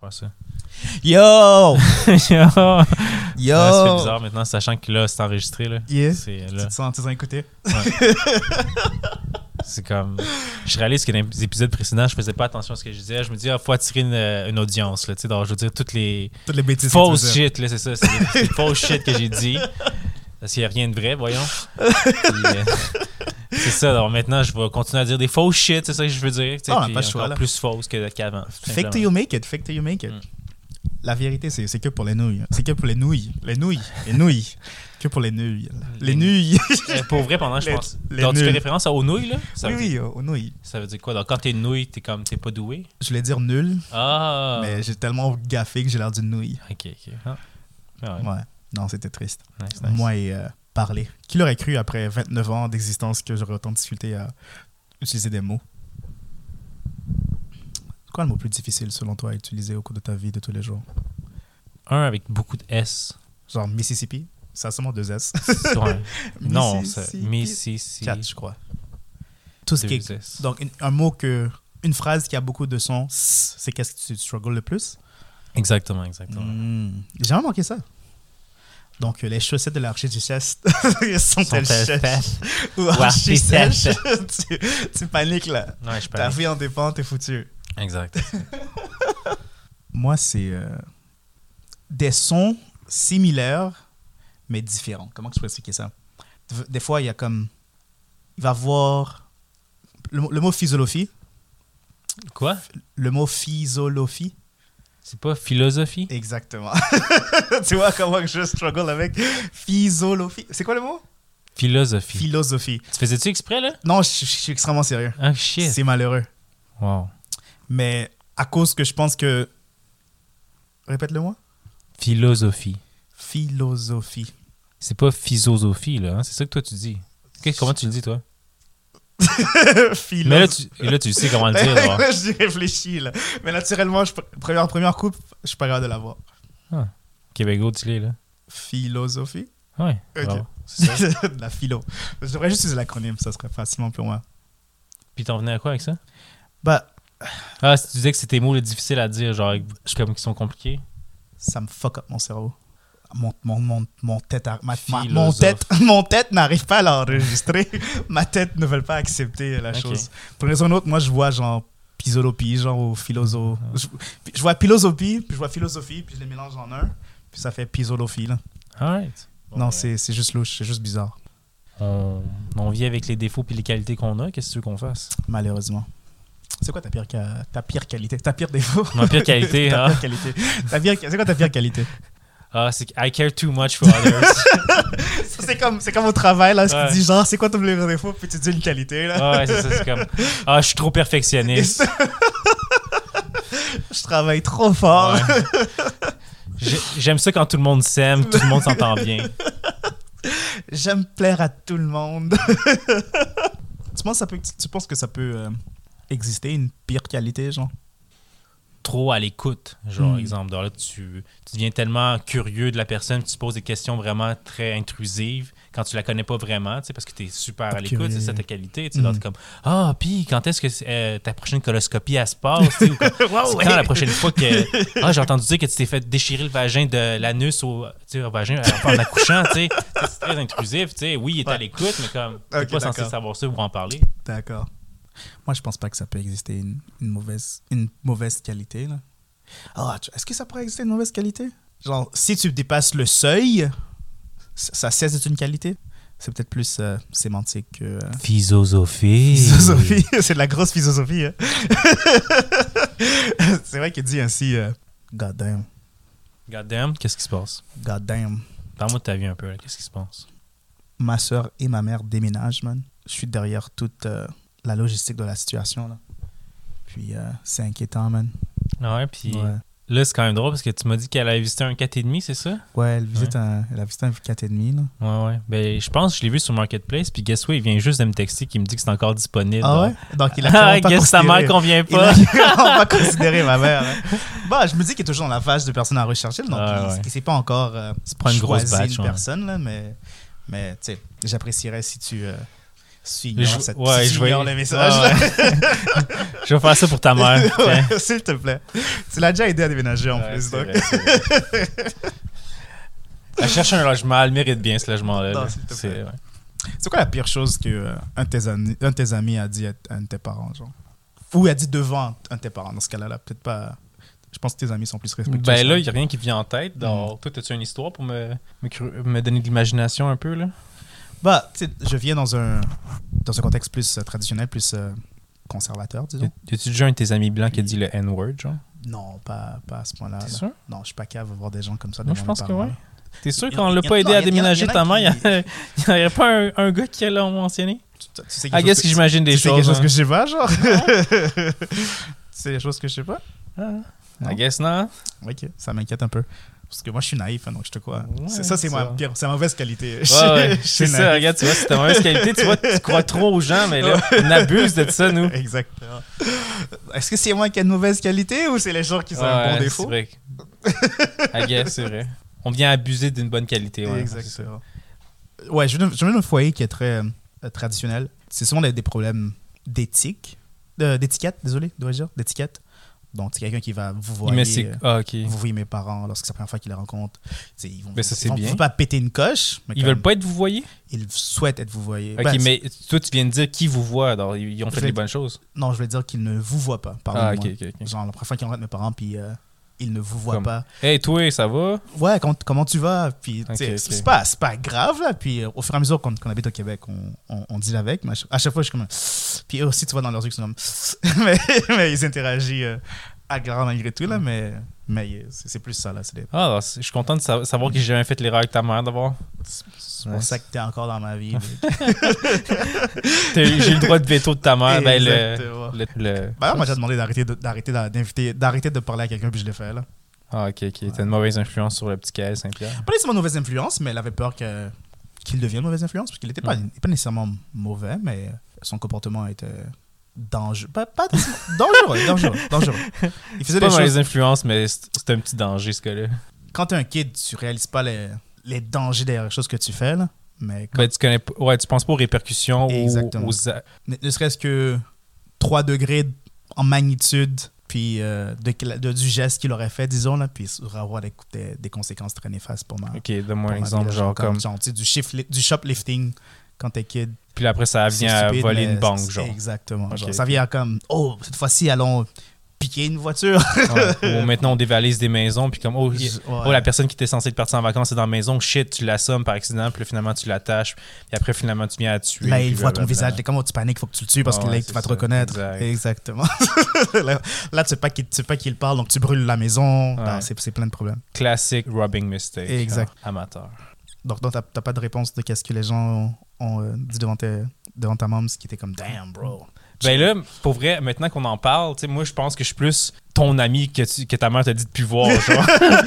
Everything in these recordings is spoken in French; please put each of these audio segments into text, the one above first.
Pas ça. Yo! Yo! Yo! Ouais, ça fait bizarre maintenant, sachant que là, c'est enregistré. Là. Yeah. C'est, Tu là. te sens écouté? Ouais. C'est comme... Je réalise que dans les épisodes précédents, je faisais pas attention à ce que je disais. Je me dis, faut attirer une audience. Là, donc, je veux dire, toutes les bêtises. fausses shit, là, c'est ça. C'est des fausses shit que j'ai dit. Parce qu'il n'y a rien de vrai, voyons. Puis, c'est ça. Alors maintenant, je vais continuer à dire des fausses shit, c'est ça que je veux dire. On n'a puis pas le choix, encore là. plus fausses qu'avant. Fake till you make it. Fake till you make it. La vérité, c'est que pour les nouilles. C'est que pour les nouilles. Les nouilles. Les nouilles. Que pour les nouilles. Les nouilles. Pour vrai, pendant, je pense. Donc, tu fais référence aux nouilles, là? Ça veut dire, aux nouilles. ça veut dire quoi? Donc, quand t'es une nouille, t'es pas doué? Je voulais dire nul, Ah! mais j'ai tellement gaffé que j'ai l'air d'une nouille. Ok. Ah. Ah ouais. Ouais. Non, c'était triste. Nice. Moi et parler. Qui l'aurait cru après 29 ans d'existence que j'aurais autant de difficulté à utiliser des mots? C'est quoi le mot plus difficile selon toi à utiliser au cours de ta vie de tous les jours? Un avec beaucoup de S. Genre Mississippi? Ça a seulement 2 S. Ouais. Non, c'est Mississippi. 4, je crois. Tout ce qui est... S. Donc, un mot que... Une phrase qui a beaucoup de sons, c'est qu'est-ce que tu struggles le plus? Exactement. J'ai jamais manqué ça. Donc, les chaussettes de l'archiduchesse sont-elles Sont-elles sèches ou archi-sèches? tu paniques là. Ouais, je Ta parle. vie en dépend, t'es foutu. Exact. Moi, c'est des sons similaires, mais différents. Comment je peux expliquer ça? Des fois, il y a comme... Il va avoir... Le mot physiologie. Quoi? Le mot physiologie. C'est pas philosophie? Exactement. Tu vois comment je struggle avec physiologie. C'est quoi le mot? Philosophie. Philosophie. Tu faisais-tu exprès, là? Non, je suis extrêmement sérieux. Ah, shit. C'est malheureux. Wow. Mais à cause que je pense que... Répète-le-moi. Philosophie. Philosophie. C'est pas philosophie, là. Hein? C'est ça que toi, tu dis. Comment tu le dis, toi? Mais là, tu sais comment le dire. Alors. J'y réfléchis, là. Mais naturellement, première coupe, je suis pas capable de l'avoir. Ah. Québécois, tu l'es, là. Philosophie? Ouais. Ok. Bravo. C'est ça. De la philo. Je devrais juste utiliser l'acronyme, ça serait facilement pour moi. Puis t'en venais à quoi avec ça? Bah, Ah, si tu disais que c'était des mots là, difficiles à dire, genre, comme qui sont compliqués. ça me fuck up mon cerveau. Mon tête, Philosophe. mon tête n'arrive pas à l'enregistrer. Ma tête ne veut pas accepter la chose. Pour une raison ou une autre, moi, je vois genre pisologie, genre ou philosophe. Je vois philosophie, puis je vois philosophie, puis je les mélange en un, puis ça fait pisologie, là. Alright. Non, c'est juste louche, c'est juste bizarre. On vit avec les défauts et les qualités qu'on a. Qu'est-ce que tu veux qu'on fasse? Malheureusement. C'est quoi ta pire qualité? Ta pire défaut? Ma pire qualité, ta hein? pire qualité. C'est quoi ta pire qualité? Ah, c'est I care too much for others. C'est comme au travail, là, ce Ouais. qui dit genre, c'est quoi ton plus défaut? Puis tu dis une qualité, là. Ah ouais, c'est ça, c'est comme... Ah, je suis trop perfectionniste. Je travaille trop fort. Ouais. J'aime ça quand tout le monde s'aime, tout le monde s'entend bien. J'aime plaire à tout le monde. Tu penses que ça peut exister, une pire qualité, genre? Trop à l'écoute, genre, exemple. Donc là, tu deviens tellement curieux de la personne, tu te poses des questions vraiment très intrusives quand tu la connais pas vraiment, tu sais, parce que tu es super à l'écoute, c'est ça ta qualité. Tu sais, donc, t'es comme, ah, puis quand est-ce que ta prochaine coloscopie, elle se passe? Tu sais, ou c'est quand la prochaine fois que... Ah, j'ai entendu dire que tu t'es fait déchirer le vagin de l'anus au vagin en accouchant, tu sais. C'est très intrusif, tu sais. Oui, il est à l'écoute, mais comme, t'es pas censé savoir ça ou en parler. D'accord. Moi, je pense pas que ça peut exister une mauvaise qualité, là. Ah, est-ce que ça pourrait exister une mauvaise qualité? Genre, si tu dépasses le seuil, ça cesse d'être une qualité? C'est peut-être plus sémantique que... Philosophie. Philosophie. C'est de la grosse philosophie, hein? C'est vrai qu'il dit ainsi... God damn. God damn, qu'est-ce qui se passe? God damn. Parle-moi de ta vie un peu, là. Qu'est-ce qui se passe? Ma soeur et ma mère déménagent, man. Je suis derrière toute la logistique de la situation, là. Puis c'est inquiétant, man. Ah ouais, puis Ouais. là, c'est quand même drôle parce que tu m'as dit qu'elle avait visité un 4,5, c'est ça? Ouais, elle a visité un 4,5, là. Ouais. Ben, je pense que je l'ai vu sur Marketplace, puis guess what, il vient juste de me texter qui me dit que c'est encore disponible. Ah ouais? Donc, il a Ah, clairement pas guess sa considéré. mère convient Il a pas. clairement pas considéré ma mère. Hein. Bah, je me dis qu'il est toujours dans la phase de personnes à rechercher, donc il s'est pas encore C'est pas une grosse choisi batch, une ouais. personne, là, mais tu sais, j'apprécierais si tu Ignore les messages. Je vais faire ça pour ta mère. Ouais, s'il te plaît. Tu l'as déjà aidé à déménager en plus. Donc. Vrai. Elle cherche un logement, elle mérite bien ce logement-là. Non, s'il te plaît. C'est quoi la pire chose qu'un de tes amis a dit à un de tes parents, genre? Ou a dit devant un de tes parents, dans ce cas-là, peut-être pas... Je pense que tes amis sont plus respectueux. Ben là, il n'y a rien qui vient en tête. Donc, toi, as-tu une histoire pour me donner de l'imagination un peu, là? Bah, tu sais, je viens dans un contexte plus traditionnel, plus conservateur, disons. Y a-tu déjà un de tes amis blancs qui a dit le N-word, genre? Non, pas à ce point-là. T'es sûr? Non, je suis pas capable de voir des gens comme ça. Moi, je pense que oui. Là. T'es sûr qu'on l'a pas aidé à déménager ta mère? Il n'y aurait pas un gars qui l'a mentionné? Tu sais que j'imagine des choses. C'est quelque chose que je sais pas, genre? C'est des choses que je sais pas? I guess non. Ok, ça m'inquiète un peu. Parce que moi, je suis naïf, donc je te crois. Ouais, ça, c'est ma mauvaise qualité. Ouais, c'est ça, regarde, tu vois, c'est ta mauvaise qualité. Tu vois, tu crois trop aux gens, mais là, on abuse de ça, nous. Exactement. Est-ce que c'est moi qui ai une mauvaise qualité ou c'est les gens qui ont un bon défaut? C'est vrai. I guess, c'est vrai. On vient abuser d'une bonne qualité. Ouais, exactement. Ouais, je viens d'un foyer qui est très traditionnel. C'est souvent des problèmes d'éthique. D'étiquette, désolé, dois-je dire, d'étiquette. Donc, c'est quelqu'un qui va vous voyer. Vous voyez mes parents lorsque c'est la première fois qu'ils les rencontrent. Ils vont pas péter une coche. Mais ils veulent pas être vous voyez? Ils souhaitent être vous voyez. Ok, mais toi, tu viens de dire qui vous voit. Alors, ils ont fait les bonnes choses. Non, je voulais dire qu'ils ne vous voient pas. Pardon. Ok. Genre, la première fois qu'ils rencontrent mes parents, puis ils ne vous voient pas. Hey, toi, ça va? Ouais, comment tu vas? Puis, c'est pas grave, là. Puis, au fur et à mesure qu'on habite au Québec, on deal avec. Mais à chaque fois, je suis comme. Puis, eux aussi, tu vois dans leurs yeux, ils sont comme. mais ils interagissent agréablement malgré tout, là. Mais c'est plus ça, là. Je suis content de savoir que j'ai jamais fait l'erreur avec ta mère d'abord. C'est pour ça que t'es encore dans ma vie. J'ai le droit de veto de ta mère. Moi, j'ai demandé d'arrêter de parler à quelqu'un, puis je l'ai fait, là. Ah, ok. T'as une mauvaise influence sur le petit Kael Saint-Pierre. Pas nécessairement une mauvaise influence, mais elle avait peur qu'il devienne une mauvaise influence, parce qu'il n'était pas nécessairement mauvais, mais son comportement était dangereux. Pas dangereux. Il faisait pas des mauvaise influence, mais c'était un petit danger, ce gars-là. Quand t'es un kid, tu réalises pas les dangers derrière les choses que tu fais, là. Mais tu penses pas aux répercussions. Exactement. Ne serait-ce que 3 degrés en magnitude, puis du geste qu'il aurait fait, disons, là, puis ça aurait avoir des conséquences très néfastes pour moi. Ok, donne-moi un exemple, genre comme du shoplifting quand t'es kid. Puis après, ça vient à voler une banque, genre. Exactement. Okay, genre, ça vient à comme, cette fois-ci, allons piquer une voiture. Ou maintenant, on dévalise des maisons, puis comme, la personne qui était censée partir en vacances est dans la maison, shit, tu l'assommes par accident, puis là, finalement, tu l'attaches, puis après, finalement, tu viens à tuer. Là, il voit ton visage, t'es comme, tu paniques, faut que tu le tues parce que là, il va te reconnaître. Exactement. Là, tu sais pas qu'il parle, donc tu brûles la maison. Ouais. C'est plein de problèmes. Classic robbing mistake. Exact. Amateur. Donc, t'as pas de réponse de qu'est-ce que les gens ont dit devant ta mom, ce qui était comme, damn, bro. Ben là, pour vrai, maintenant qu'on en parle, moi, je pense que je suis plus ton ami que ta mère t'a dit de plus voir, genre.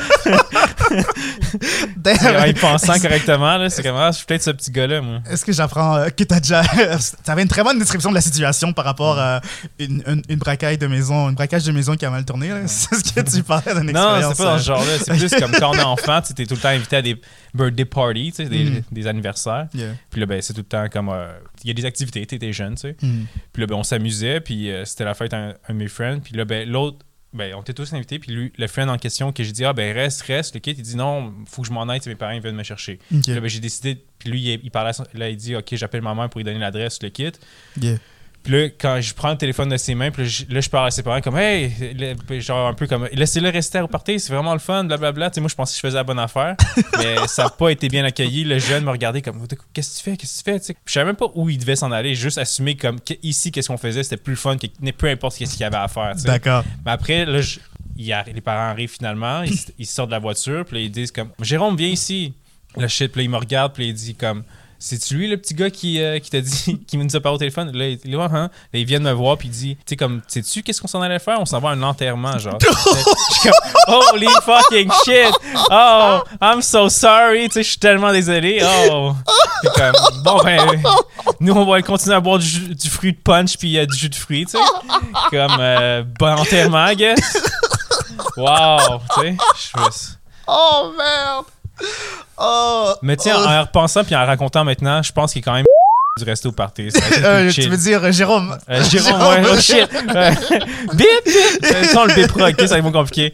En y pensant correctement, là, c'est comme, je suis peut-être ce petit gars-là, moi. Est-ce que j'apprends que t'avais une très bonne description de la situation par rapport à une braquage de maison qui a mal tourné, là? C'est ce que tu parlais d'une expérience. Non, c'est pas dans ce genre-là. C'est plus comme quand on est enfant, tu es tout le temps invité à des birthday parties, des anniversaires. Yeah. Puis là, ben, c'est tout le temps comme... Il y a des activités, t'es jeune, tu sais. Puis là, ben, on s'amusait, puis c'était la fête d'un de mes friends. Puis là, ben, l'autre... Ben, on était tous invités, puis lui, le friend en question que j'ai dit, reste, le kid, il dit non, faut que je m'en aille, mes parents ils viennent me chercher. Okay. Là, ben, j'ai décidé, puis lui, il parlait, là, il dit, ok, j'appelle ma mère pour lui donner l'adresse, le kid. Yeah. Puis là, quand je prends le téléphone de ses mains, puis là, je parle à ses parents comme, hey, genre un peu comme, laissez-le rester au party, c'est vraiment le fun, blablabla. Tu sais, moi, je pensais que je faisais la bonne affaire, mais ça n'a pas été bien accueilli. Le jeune me regardait comme, qu'est-ce que tu fais? Tu sais, je savais même pas où il devait s'en aller, juste assumer comme, ici, qu'est-ce qu'on faisait, c'était plus fun que peu importe ce qu'il y avait à faire. Tu sais. D'accord. Mais après, là, les parents arrivent finalement, ils sortent de la voiture, puis là, ils disent comme, Jérôme, viens ici. Là, shit, puis là, il me regarde, puis là, il dit comme, c'est-tu lui, le petit gars qui t'a dit, qui nous a parlé au téléphone? Là, il vient de me voir, puis il dit, tu sais, comme, sais-tu qu'est-ce qu'on s'en allait faire? On s'en va à un enterrement, genre. Je suis comme, holy fucking shit! Oh, I'm so sorry, tu sais, je suis tellement désolé. Oh! Puis comme, bon, ben, nous, on va continuer à boire du fruit de punch, puis du jus de fruits, tu sais. Comme, bon enterrement, I guess. Wow! Tu sais, je fais... Oh, merde! Oh, mais tiens, en repensant puis en racontant maintenant, je pense qu'il est quand même du resto party. Ça a été Tu chill. veux dire Jérôme? Jérôme, ouais, oh shit. Bip! Sans le bipra, ok, ça va être compliqué.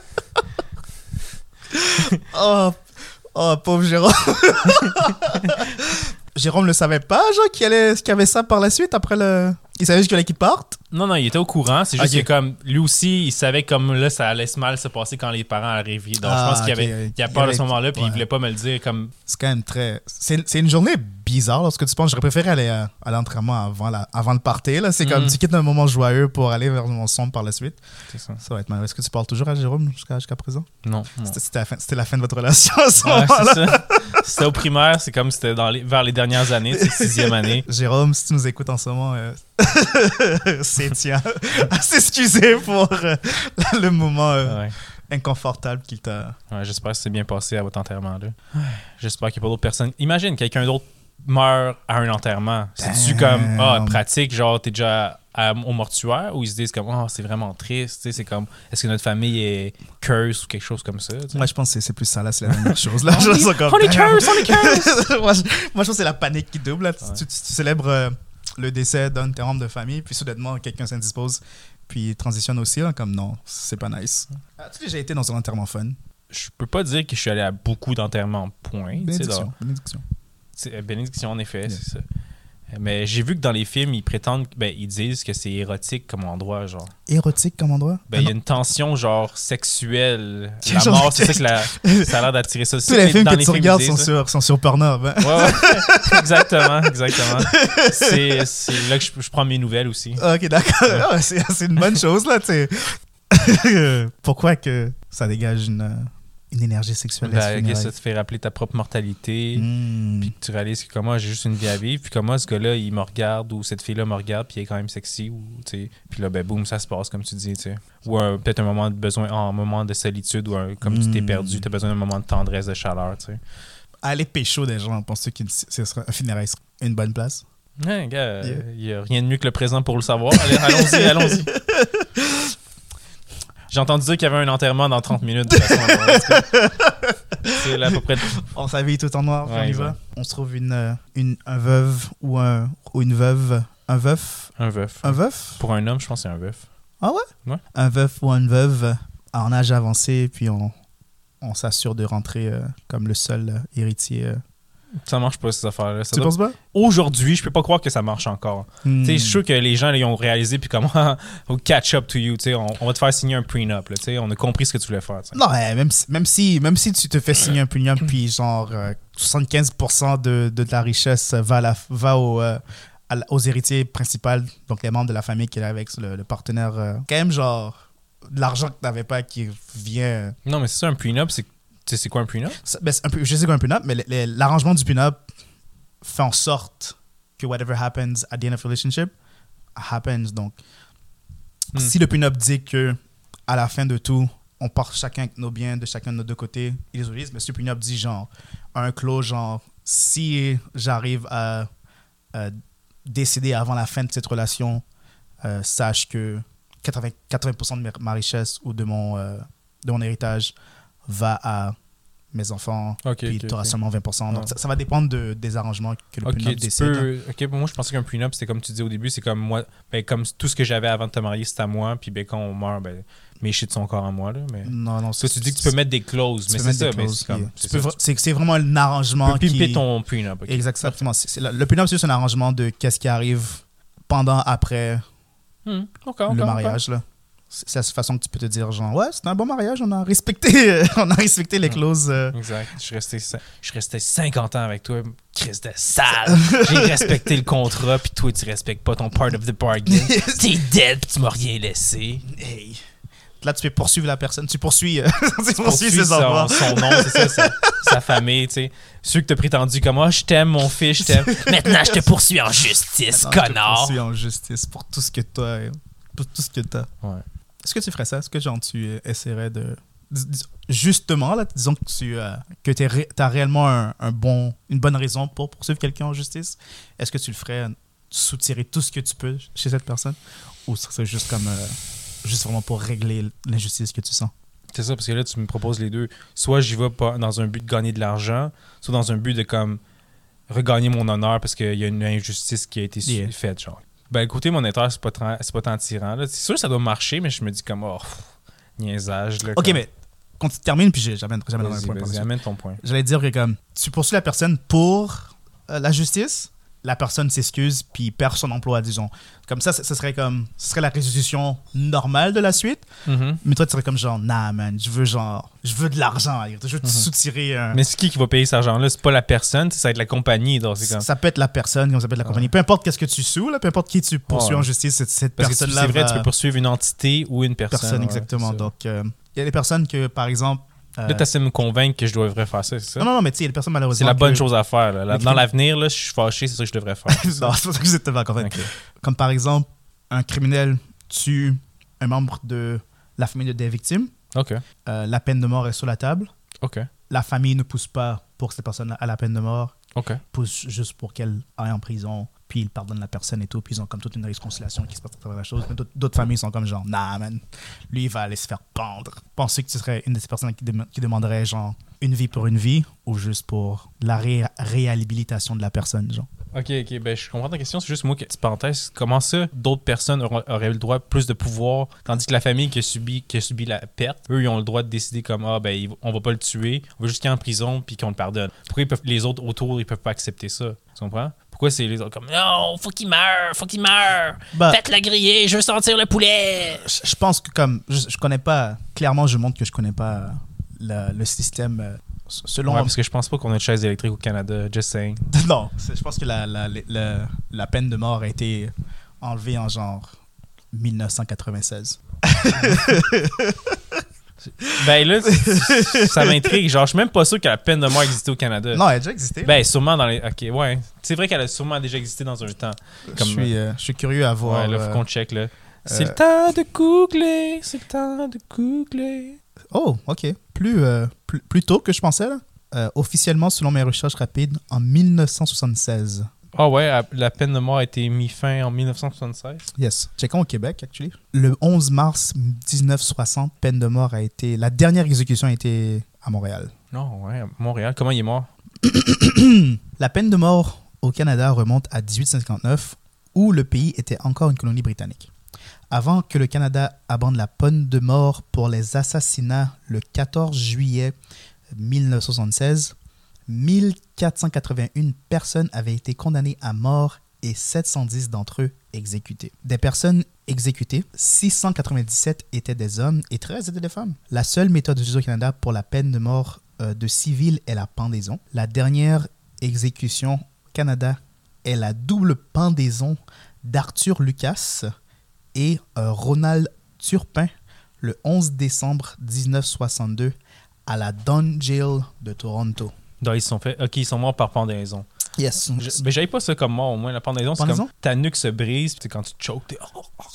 Oh, pauvre Jérôme. Jérôme le savait pas, genre, qu'il y avait ça par la suite après le. Il savait juste qu'il fallait qu'il parte? Non, il était au courant. C'est juste Ok. que comme lui aussi, il savait comme là, ça allait mal se passer quand les parents arrivaient. Donc je pense qu'il a peur de ce moment-là, puis il voulait pas me le dire comme. C'est quand même très. C'est une journée bizarre lorsque tu penses. J'aurais préféré aller à l'entraînement avant le party. Là. C'est comme tu quittes un moment joyeux pour aller vers mon sombre par la suite. C'est ça. Ça va être mal. Est-ce que tu parles toujours à Jérôme jusqu'à présent? Non. C'était la fin de votre relation à ce Ouais, moment-là. c'est ça. C'était au primaire, c'est comme c'était vers les dernières années, c'est 6e année. Jérôme, si tu nous écoutes en ce moment, c'est tiens. À s'excuser pour le moment Ouais. inconfortable qu'il t'a. Ouais, j'espère que c'est bien passé à votre enterrement là. J'espère qu'il n'y a pas d'autres personnes. Imagine quelqu'un d'autre meurt à un enterrement. C'est-tu comme pratique, genre t'es déjà au mortuaire, ou ils se disent comme c'est vraiment triste, tu sais, c'est comme est-ce que notre famille est curse ou quelque chose comme ça, tu sais? Moi, je pense que c'est plus ça, là, c'est la dernière chose. Là, on est curse! moi, je pense que c'est la panique qui double. Là. Ouais. Tu célèbres le décès d'un de tes membres de famille, puis soudainement, quelqu'un s'indispose, puis transitionne aussi, là, comme non, c'est pas nice. As-tu déjà été dans un enterrement fun? Je peux pas dire que je suis allé à beaucoup d'enterrements, point. Bénédiction. Bénédiction, en effet, c'est ça. Mais j'ai vu que dans les films, ils prétendent, ils disent que c'est érotique comme endroit, genre. Érotique comme endroit? Il y a une tension, genre, sexuelle. La mort, c'est ça que ça a l'air d'attirer ça. Tous les films que tu regardes sont sur Pornhub. Hein? Ouais. Exactement. C'est là que je prends mes nouvelles aussi. Ok, d'accord. Ouais. C'est une bonne chose, là, tu sais. Pourquoi que ça dégage une énergie sexuelle? Que ça te fait rappeler ta propre mortalité, puis que tu réalises que comment j'ai juste une vie à vivre, puis comment ce gars-là, il me regarde, ou cette fille-là me regarde, puis il est quand même sexy, ou tu sais, puis là, boum, ça se passe, comme tu dis, tu sais. Ou peut-être un moment de besoin, un moment de solitude, ou comme tu t'es perdu, tu as besoin d'un moment de tendresse, de chaleur, tu sais. Aller pécho des gens, penses-tu que ce sera un funérailles serait une bonne place? Ouais, gars, il n'y a rien de mieux que le présent pour le savoir. Allons-y. J'ai entendu dire qu'il y avait un enterrement dans 30 minutes. De toute façon, c'est là à peu près. On s'habille tout en noir, ouais, on y va. On se trouve un veuve ou une veuve. Un veuf? Un veuf. Un veuf? Pour un homme, je pense que c'est un veuf. Ah ouais? Ouais. Un veuf ou une veuve en âge avancé, puis on s'assure de rentrer comme le seul héritier. Ça marche pas, ces affaires-là. Tu penses pas? Aujourd'hui, je peux pas croire que ça marche encore. Je suis sûr que les gens ils ont réalisé, puis comment au catch up to you. On va te faire signer un prenup. Là, on a compris ce que tu voulais faire. T'sais. Non, même si tu te fais signer un prenup, puis genre 75% de ta richesse va aux héritiers principaux, donc les membres de la famille qui est avec le partenaire. Quand même, genre, de l'argent que tu n'avais pas qui vient. Non, mais c'est ça, un prenup, c'est quoi un prenup? Je sais quoi un prenup, mais l'arrangement du prenup fait en sorte que whatever happens at the end of the relationship happens. Donc, si le prenup dit que à la fin de tout, on part chacun avec nos biens de chacun de nos deux côtés, ils les utilisent, mais si le prenup dit genre un clause genre si j'arrive à décéder avant la fin de cette relation, sache que 80% de ma richesse ou de mon héritage va à mes enfants, puis tu auras seulement 20%. Donc, ça va dépendre des arrangements que le prenup décide. Pour moi, je pensais qu'un prenup, c'était comme tu disais au début, c'est comme moi, comme tout ce que j'avais avant de te marier, c'est à moi, puis quand on meurt, mes shit sont encore à moi. Là, mais... Non, toi, tu dis que tu peux mettre des clauses, mais c'est ça. C'est vraiment un arrangement qui... Tu peux pimper ton prenup. Okay. Exactement. Le prenup, c'est juste un arrangement de qu'est-ce qui arrive pendant, après le mariage. Là. C'est la façon que tu peux te dire, genre, ouais, c'était un bon mariage, on a respecté les clauses. Exact. Je suis resté 50 ans avec toi, Chris de sale. J'ai respecté le contrat, puis toi, tu respectes pas ton part of the bargain. T'es dead, puis tu m'as rien laissé. Hey. Là, tu peux poursuivre la personne, tu poursuis ses enfants. Son nom, c'est ça, sa famille, tu sais. Ceux que t'as prétendu comme, je t'aime, mon fils, je t'aime. Maintenant, je te poursuis en justice, connard. Je te poursuis en justice pour tout ce que t'as. Ouais. Est-ce que tu ferais ça? Est-ce que genre, tu essaierais de... Justement, là, disons que t'as réellement une bonne raison pour poursuivre quelqu'un en justice. Est-ce que tu le ferais soutirer tout ce que tu peux chez cette personne? Ou ce serait juste comme... juste vraiment pour régler l'injustice que tu sens? C'est ça, parce que là, tu me proposes les deux. Soit j'y vais pas dans un but de gagner de l'argent, soit dans un but de comme regagner mon honneur parce qu'il y a une injustice qui a été faite, genre. Ben, côté monétaire, c'est pas tant tyran, là. C'est sûr que ça doit marcher, mais je me dis comme, niaisage, là. Ok, mais quand tu termines, puis j'amène un point. Amène ton point. J'allais dire que comme tu poursuis la personne pour la justice, la personne s'excuse puis perd son emploi, disons. Comme ça, ce serait la résolution normale de la suite. Mais toi, tu serais comme genre, nah, man, je veux de l'argent. Je veux te soutirer un... Mais c'est qui va payer cet argent-là? C'est pas la personne, ça va être la compagnie. Donc c'est comme... Ça peut être la personne, comme ça peut être la compagnie. Peu importe qu'est-ce que tu sous, là, peu importe qui tu poursuis en justice, cette personne-là. C'est vrai, tu peux poursuivre une entité ou une personne. Exactement. Donc, il y a des personnes que, par exemple, là, tu essaies de me convaincre que je devrais faire ça, c'est ça? Non, mais tu sais, il y a des personnes malheureusement. C'est la bonne chose à faire. Là. Dans l'avenir, là, je suis fâché, c'est ça que je devrais faire. Non, c'est pas ça que vous êtes tellement convaincu. Okay. Comme par exemple, un criminel tue un membre de la famille des victimes. OK. La peine de mort est sur la table. OK. La famille ne pousse pas pour cette personne à la peine de mort. OK. Pousse juste pour qu'elle aille en prison. Puis ils pardonnent la personne et tout. Puis ils ont comme toute une réconciliation qui se passe à travers la chose. Mais d'autres familles sont comme genre, nah, man, lui, il va aller se faire pendre. Pensez que tu serais une de ces personnes qui demanderait genre une vie pour une vie ou juste pour la réhabilitation de la personne, genre. OK. Ben, je comprends ta question. C'est juste moi, petite parenthèse. Comment ça, d'autres personnes auraient eu le droit plus de pouvoir, tandis que la famille qui a subi la perte, eux, ils ont le droit de décider comme, on va pas le tuer, on va juste qu'il aille en prison puis qu'on le pardonne. Pourquoi les autres autour, ils peuvent pas accepter ça? Tu comprends? Pourquoi c'est les autres comme, non, faut qu'il meure, faites-le griller, je veux sentir le poulet. Je pense que comme, je connais pas, clairement, je montre que je connais pas le système selon... Ouais, parce que je pense pas qu'on ait de chaise électrique au Canada, just saying. Non, je pense que la peine de mort a été enlevée en genre 1996. Ben là, ça m'intrigue. Genre, je suis même pas sûr que la peine de mort existait au Canada. Non, elle a déjà existé. Ben, sûrement dans les... OK, ouais. C'est vrai qu'elle a sûrement déjà existé dans un temps. Comme... Je suis curieux à voir. Ouais, là, faut qu'on check, là. C'est le temps de googler, c'est le temps de googler. Oh, OK. Plus tôt que je pensais, là. Officiellement, selon mes recherches rapides, en 1976. Ah ouais, la peine de mort a été mise fin en 1976? Yes. Checkons au Québec, actually. Le 11 mars 1960, peine de mort a été... La dernière exécution a été à Montréal. Non, ouais, à Montréal. Comment il est mort? La peine de mort au Canada remonte à 1859, où le pays était encore une colonie britannique. Avant que le Canada abandonne la peine de mort pour les assassinats le 14 juillet 1976, 1481 personnes avaient été condamnées à mort et 710 d'entre eux exécutés. Des personnes exécutées, 697 étaient des hommes et 13 étaient des femmes. La seule méthode utilisée au Canada pour la peine de mort de civils est la pendaison. La dernière exécution au Canada est la double pendaison d'Arthur Lucas et Ronald Turpin le 11 décembre 1962 à la Don Jail de Toronto. Donc, ils sont morts par pendaison. Yes. Mais j'avais pas ça comme mort, au moins. La pendaison, c'est comme ta nuque se brise, puis quand tu choques, t'es...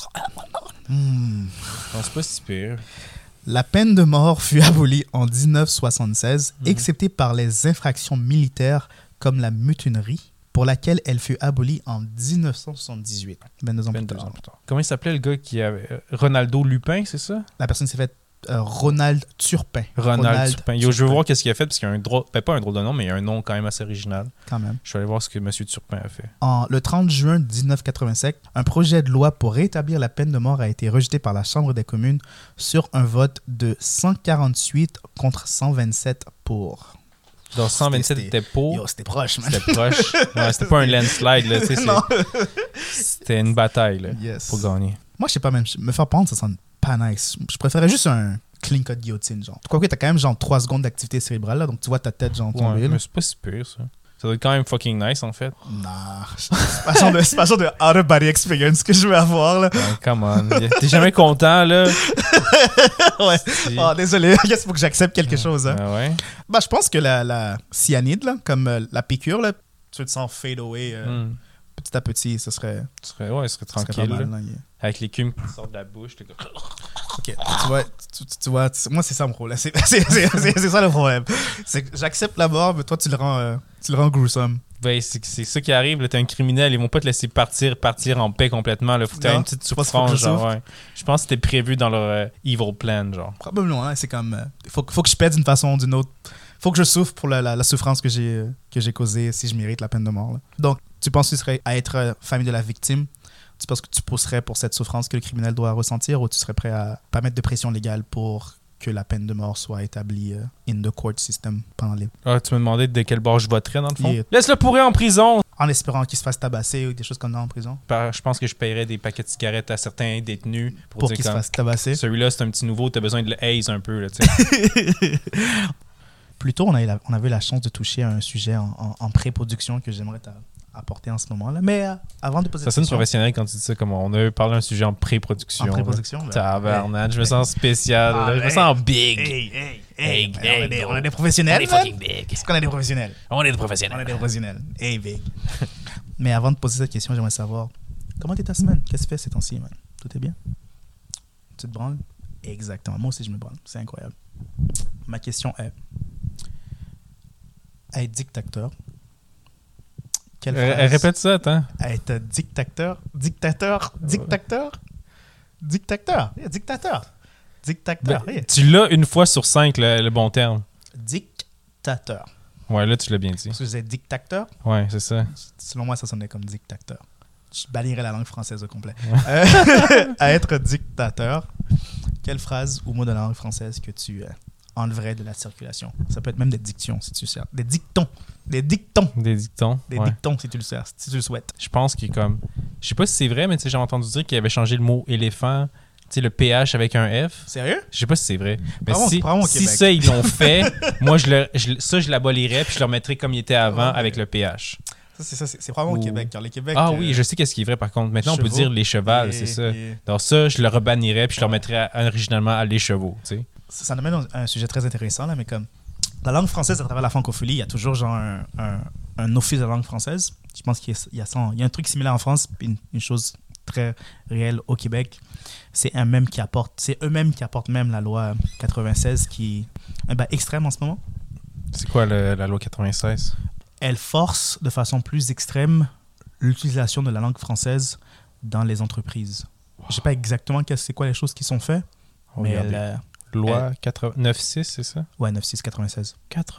C'est pas si pire. La peine de mort fut abolie en 1976, excepté par les infractions militaires comme la mutinerie, pour laquelle elle fut abolie en 1978. 22 ans plus tard. Comment il s'appelait le gars qui avait... Ronaldo Lupin, c'est ça? La personne s'est faite Ronald Turpin. Ronald Turpin. Yo, je veux voir qu'est-ce qu'il a fait, parce qu'il y a un drôle... pas un drôle de nom, mais il y a un nom quand même assez original. Quand même. Je vais aller voir ce que M. Turpin a fait. Le 30 juin 1985, un projet de loi pour rétablir la peine de mort a été rejeté par la Chambre des communes sur un vote de 148 contre 127 pour. Donc 127 était pour. Yo, c'était proche, man. C'était proche. Ouais, c'était pas un landslide, là. C'était une bataille, là, pour gagner. Moi, je sais pas, même, me faire prendre, ça sent pas nice. Je préférais juste un clean cut guillotine, genre. Quoique, t'as quand même genre 3 secondes d'activité cérébrale, là, donc tu vois ta tête, genre, tomber. Ouais, mais c'est pas si pire, ça. Ça doit être quand même fucking nice, en fait. Nah, c'est pas genre de out-of-body experience que je veux avoir, là. Ouais, come on. T'es jamais content, là. Ouais. Oh, désolé. Il faut que j'accepte quelque chose, hein. Ah ouais? Bah, je pense que la cyanide, là, comme la piqûre, là, tu te sens fade away petit à petit, ce serait tranquille. Pas mal, là, avec l'écume qui sort de la bouche, t'es comme... Ok, tu vois, moi c'est ça mon problème. C'est ça le problème. C'est que j'accepte la mort, mais toi tu le rends gruesome. Ben, c'est ça qui arrive. Là, t'es un criminel. Ils vont pas te laisser partir en paix complètement. Là. Faut que t'aies une petite souffrance. Genre, ouais. Je pense que c'était prévu dans leur evil plan. Genre. Probablement. Hein, c'est comme... faut que je paie d'une façon ou d'une autre. Faut que je souffre pour la souffrance que j'ai causée si je mérite la peine de mort. Là. Donc, tu penses que tu serais à être famille de la victime? Tu penses que tu pousserais pour cette souffrance que le criminel doit ressentir ou tu serais prêt à pas mettre de pression légale pour que la peine de mort soit établie in the court system pendant les... Ah, tu me demandais de quel bord je voterais, dans le fond? Yeah. Laisse-le pourrir en prison! En espérant qu'il se fasse tabasser ou des choses comme ça en prison. Je pense que je paierais des paquets de cigarettes à certains détenus pour qu'ils se fassent tabasser. Celui-là, c'est un petit nouveau, t'as besoin de le haze un peu. Là, tu sais. Plus tôt, on avait la chance de toucher à un sujet en pré-production que j'aimerais apporter en ce moment-là. Mais avant de poser ça sonne professionnel quand tu dis ça, comme on a parlé d'un sujet en pré-production. En pré-production, ben, tabarnak, je me sens spécial. Je me sens big. On est des professionnels. On est fucking big. Est-ce qu'on est des professionnels? On est des professionnels. On est des professionnels. Hey, big. Mais avant de poser cette question, j'aimerais savoir, comment était ta semaine? Qu'est-ce que tu fais ces temps-ci, man? Tout est bien? Tu te branles? Exactement. Moi aussi, je me branle. C'est incroyable. Ma question est, être dictateur. Répète ça, attends. Être dictateur. Ben, tu l'as une fois sur 5, le bon terme. Dictateur. Ouais, là, tu l'as bien dit. Parce que vous êtes dictateur? Ouais, c'est ça. Selon moi, ça sonnait comme dictateur. Je balayerais la langue française au complet. À être dictateur, quelle phrase ou mot de la langue française que tu enleverais de la circulation? Ça peut être même des dictions, si tu le sers. Des dictons, si tu le sers, si tu le souhaites. Je pense qu'il est comme... Je sais pas si c'est vrai, mais tu sais, j'ai entendu dire qu'il avait changé le mot éléphant, tu sais, le PH avec un F. Sérieux? Je sais pas si c'est vrai. Mais Vraiment si ça, ils l'ont fait, moi, je l'abolirais puis je le remettrais comme il était avant avec le PH. C'est probablement au Québec. Car le Québec, oui, je sais qu'est-ce qui est vrai par contre. Maintenant, on peut dire les chevals, c'est ça. Donc ça, je le rebannirais puis je le remettrais originalement à les chevaux, tu sais. Ça nous mène à un sujet très intéressant, là, mais comme la langue française à travers la francophonie, il y a toujours genre un office de la langue française. Je pense qu'il y a un truc similaire en France, puis une chose très réelle au Québec. C'est eux-mêmes qui apportent même la loi 96 qui est extrême en ce moment. C'est quoi la loi 96? Elle force de façon plus extrême l'utilisation de la langue française dans les entreprises. Wow. Je ne sais pas exactement c'est quoi les choses qui sont faites, mais loi 96, c'est ça? Ouais, 96, 96.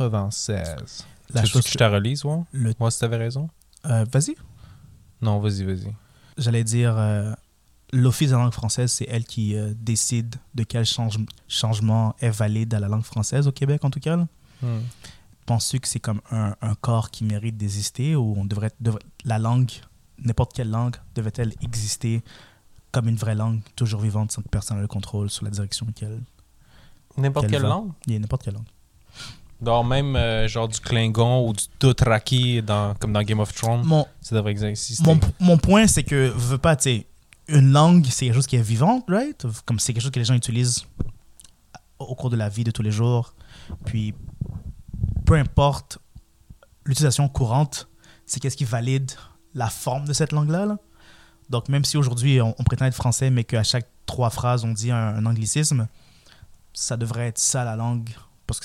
96. Tu veux que je te relise, ouais? Moi, si tu avais raison? Vas-y. Non, vas-y. J'allais dire, l'Office de la langue française, c'est elle qui décide de quel changement est valide à la langue française au Québec, en tout cas. Penses-tu que c'est comme un corps qui mérite d'exister ou la langue, n'importe quelle langue, devait-elle exister comme une vraie langue, toujours vivante, sans que personne ne le contrôle, sous la direction qu'elle... N'importe quelle langue? Oui, n'importe quelle langue. Donc même genre du Klingon ou du Dothraki, comme dans Game of Thrones, ça devrait exister. Mon point, c'est que, veux pas, tu sais, une langue, c'est quelque chose qui est vivante, right? Comme c'est quelque chose que les gens utilisent au cours de la vie de tous les jours. Puis, peu importe l'utilisation courante, c'est qu'est-ce qui valide la forme de cette langue-là. Là. Donc, même si aujourd'hui, on prétend être français, mais qu'à chaque 3 phrases, on dit un anglicisme, ça devrait être ça, la langue, parce que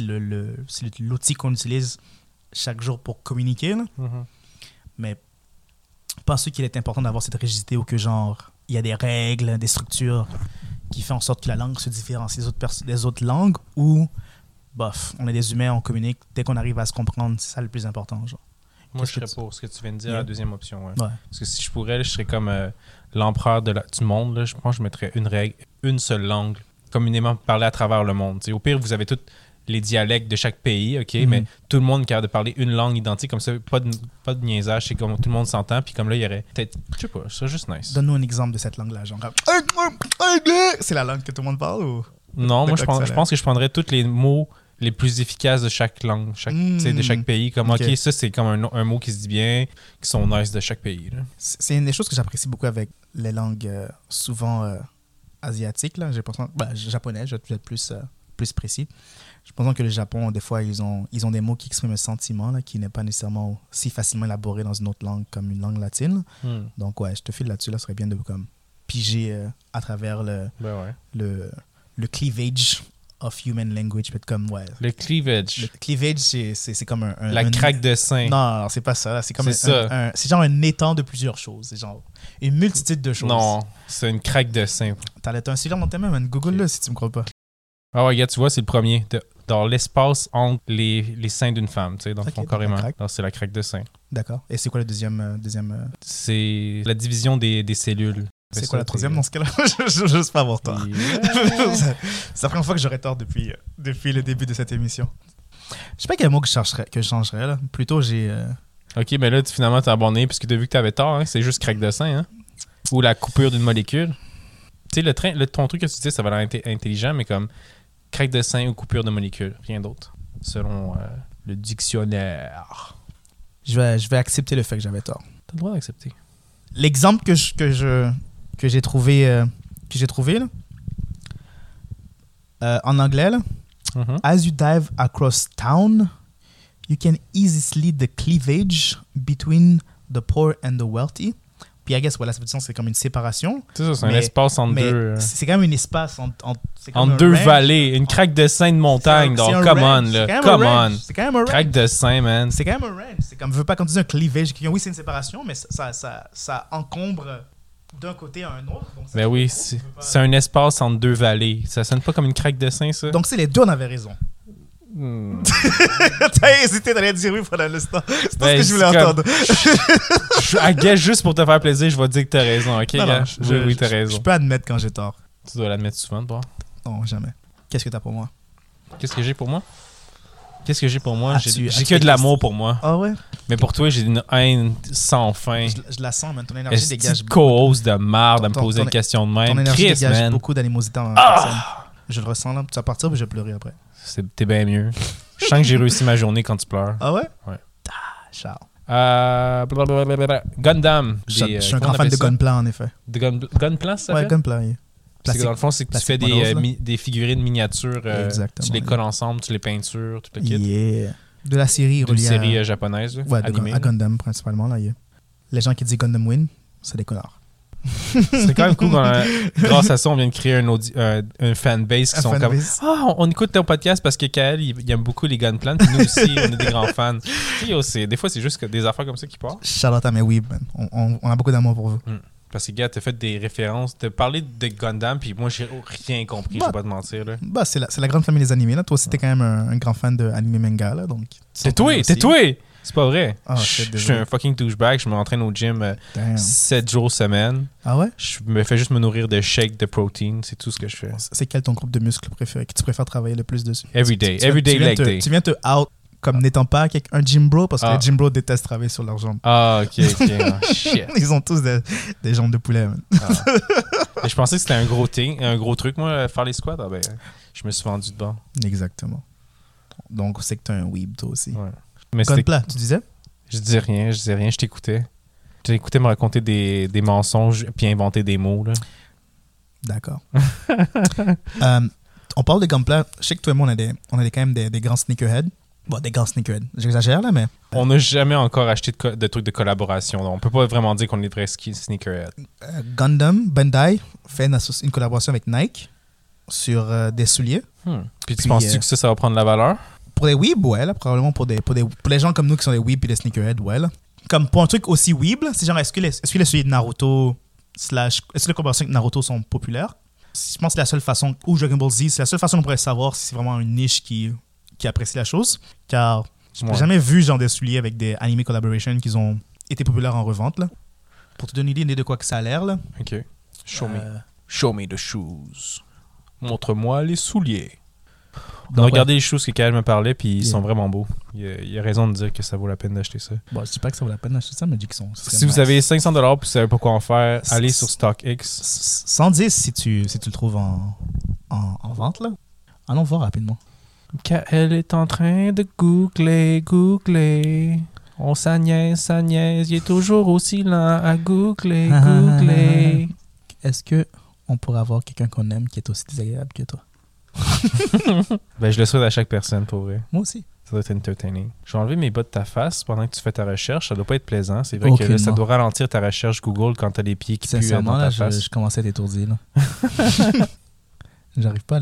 c'est l'outil qu'on utilise chaque jour pour communiquer. Là. Mm-hmm. Mais pense qu'il est important d'avoir cette rigidité ou que, genre, il y a des règles, des structures qui font en sorte que la langue se différencie des autres langues ou... Bof, on est des humains, on communique. Dès qu'on arrive à se comprendre, c'est ça le plus important. Genre. Moi, je serais pour ce que tu viens de dire, la deuxième option. Ouais. Parce que si je pourrais, je serais comme l'empereur du monde. Là. Je pense que je mettrais une règle, une seule langue, communément parlée à travers le monde. T'sais, au pire, vous avez tous les dialectes de chaque pays, OK, mais tout le monde est capable de parler une langue identique. Comme ça, pas de niaisage, c'est comme tout le monde s'entend. Puis comme là, il y aurait peut-être, je sais pas, c'est juste nice. Donne-nous un exemple de cette langue-là. Genre, c'est la langue que tout le monde parle ou... Non, moi, je pense que je prendrais tous les mots les plus efficaces de chaque langue, de chaque pays. Comme, OK, ça, c'est comme un mot qui se dit bien, qui sont nice de chaque pays. Là. C'est une des choses que j'apprécie beaucoup avec les langues souvent asiatiques. Là. Japonais, je vais être plus précis. Je pense que le Japon, des fois, ils ont des mots qui expriment un sentiment là, qui n'est pas nécessairement si facilement élaboré dans une autre langue comme une langue latine. Donc, ouais, je te file là-dessus. Là, ce serait bien de comme, piger à travers le cleavage of human language, peut-être comme, ouais. Le cleavage. Le cleavage, c'est comme La craque de sein. Non, c'est pas ça. C'est comme c'est genre un étang de plusieurs choses. C'est genre une multitude de choses. Non, c'est une craque de sein. T'as un sujet dans tes mains, man. Google-le si tu me crois pas. Ah ouais, regarde, tu vois, c'est le premier. Dans l'espace entre les seins d'une femme, tu sais, dans le fond, carrément. C'est la craque de sein. D'accord. Et c'est quoi le deuxième C'est la division des cellules. C'est quoi la troisième dans ce cas-là? Je n'ose pas avoir tort. Yeah. C'est la première fois que j'aurais tort depuis le début de cette émission. Je sais pas quel mot que je changerais, là. Plutôt, j'ai... OK, mais là, finalement, t'as abandonné parce que t'as vu que t'avais tort. Hein? C'est juste craque de sein. Hein? Ou la coupure d'une molécule. Tu sais, ton truc que tu dis, ça va l'air intelligent, mais comme craque de sein ou coupure de molécule. Rien d'autre. Selon le dictionnaire. Je vais accepter le fait que j'avais tort. T'as le droit d'accepter. L'exemple que j'ai trouvé là, en anglais là, as you dive across town, you can easily see the cleavage between the poor and the wealthy. Puis I guess voilà, ça veut dire c'est comme une séparation. C'est ça, c'est un espace entre deux. C'est quand même un espace entre deux vallées, une craque de sein de montagne. Donc come on là, come on. C'est quand même un range. Craque de sein, man. C'est quand même un range. C'est comme veux pas quand tu dis un cleavage, oui c'est une séparation, mais ça encombre d'un côté à un autre. Ben oui, c'est un espace entre deux vallées. Ça sonne pas comme une craque de sein, ça? Donc c'est les deux, on avait raison. T'as hésité d'aller dire oui pendant l'instant. C'est tout ce que je voulais entendre. I guess juste pour te faire plaisir, je vais te dire que t'as raison, ok? Non, oui, t'as raison. Je peux admettre quand j'ai tort. Tu dois l'admettre souvent, toi? Non, jamais. Qu'est-ce que t'as pour moi? Qu'est-ce que j'ai pour moi? J'ai que de l'amour pour moi. Ah ouais? Mais pour toi, j'ai une haine sans fin. Je la sens, man. Ton énergie dégage beaucoup. Co-host de marde à me poser une question de même. Ton énergie dégage beaucoup d'animosité dans la personne. Je le ressens là. Tu vas partir, puis je vais pleurer après. T'es bien mieux. Je sens que j'ai réussi ma journée quand tu pleures. Ah ouais? Ouais. Charles. Gundam. Je suis un grand fan de Gunpla, en effet. De Gunpla, ça fait? Ouais, Gunpla, oui. Parce que dans le fond, c'est que tu fais des figurines miniatures. Tu les colles ensemble, tu les peintures, tout le kit. Yeah. De la série reliée. Une série japonaise. Ouais, à Gundam, principalement. Là, yeah. Les gens qui disent Gundam Win, c'est des connards. C'est quand même cool quand, grâce à ça, on vient de créer un fanbase qui sont comme on écoute ton podcast parce que Kael, il aime beaucoup les Gunpla, puis nous aussi, on est des grands fans. Des fois, c'est juste des affaires comme ça qui partent. Shout-out à mes weeb, man. On a beaucoup d'amour pour vous. Parce que, gars, t'as fait des références. T'as parlé de Gundam, puis moi, j'ai rien compris, je vais pas te mentir. Là. C'est la grande famille des animés. Là. Toi aussi, t'es quand même un grand fan d'anime manga. Là, donc, t'es toi! C'est pas vrai. Je suis un fucking douchebag. Je m'entraîne au gym 7 jours semaine. Ah ouais? Je me fais juste me nourrir de shakes de protein. C'est tout ce que je fais. C'est quel ton groupe de muscles préféré que tu préfères travailler le plus dessus? Everyday leg day. Tu viens te out comme n'étant pas un gym bro parce que les gym bros détestent travailler sur leurs jambes. Ah, ok. Shit. Ils ont tous des jambes de poulet. Man. Et je pensais que c'était un gros truc, moi, faire les squats. Je me suis vendu de bord. Exactement. Donc, c'est que t'es un weeb, toi aussi. Ouais. Gunpla, tu disais? Je disais rien, je t'écoutais. Je t'écoutais me raconter des mensonges puis inventer des mots. Là. D'accord. On parle de Gunpla. Je sais que toi et moi, on a quand même des grands sneakerheads. Bon, des grands sneakerheads. J'exagère, là, mais... On n'a jamais encore acheté de trucs de collaboration. Donc on peut pas vraiment dire qu'on est des vrais sneakerheads. Gundam, Bandai, fait une collaboration avec Nike sur des souliers. Puis tu penses-tu que ça va prendre la valeur? Pour les weebs, ouais, là, probablement pour les gens comme nous qui sont des weebs et des sneakerheads, ouais, là. Comme pour un truc aussi weeb, c'est genre, est-ce que les souliers de Naruto est-ce que les collaborations avec Naruto sont populaires? Je pense que c'est la seule façon, ou Dragon Ball Z, c'est la seule façon qu'on pourrait savoir si c'est vraiment une niche qui apprécie la chose. Car j'ai jamais vu genre des souliers avec des anime collaborations qui ont été populaires en revente, là. Pour te donner une idée de quoi que ça a l'air, là. OK. Show me the shoes. Montre-moi les souliers. Donc, regardez les choses que Kael me parlait, puis ils sont vraiment beaux. Il a raison de dire que ça vaut la peine d'acheter ça. Bon, je dis pas que ça vaut la peine d'acheter ça, mais je dis qu'ils sont... Si vous avez 500$ et vous savez pas quoi en faire, allez sur StockX. 110 si tu le trouves en vente, là. Allons voir rapidement. Kael est en train de googler. On s'agnèse, il est toujours aussi lent à googler. Est-ce que on pourrait avoir quelqu'un qu'on aime qui est aussi désagréable que toi? Je le souhaite à chaque personne, pour vrai. Moi aussi. Ça doit être entertaining. Je vais enlever mes bas de ta face pendant que tu fais ta recherche. Ça doit pas être plaisant. C'est vrai que là, ça doit ralentir ta recherche Google quand t'as les pieds qui puent dans ta face. Je commençais à être étourdi, là. J'arrive pas à les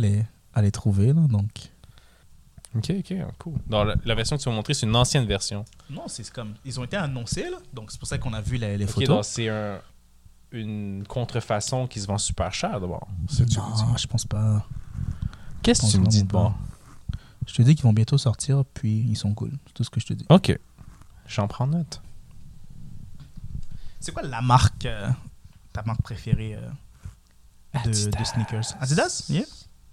à les trouver. Là, donc. Ok, cool. Donc, la version que tu m'as montrée, c'est une ancienne version. Non, c'est comme... Ils ont été annoncés, là, donc c'est pour ça qu'on a vu les Ok, photos. donc c'est une contrefaçon qui se vend super cher d'abord. Non, je pense pas. Qu'est-ce que tu me dis de bord? Je te dis qu'ils vont bientôt sortir, puis ils sont cool. C'est tout ce que je te dis. Ok. J'en prends note. C'est quoi la marque, ta marque préférée de sneakers? Adidas? Yeah.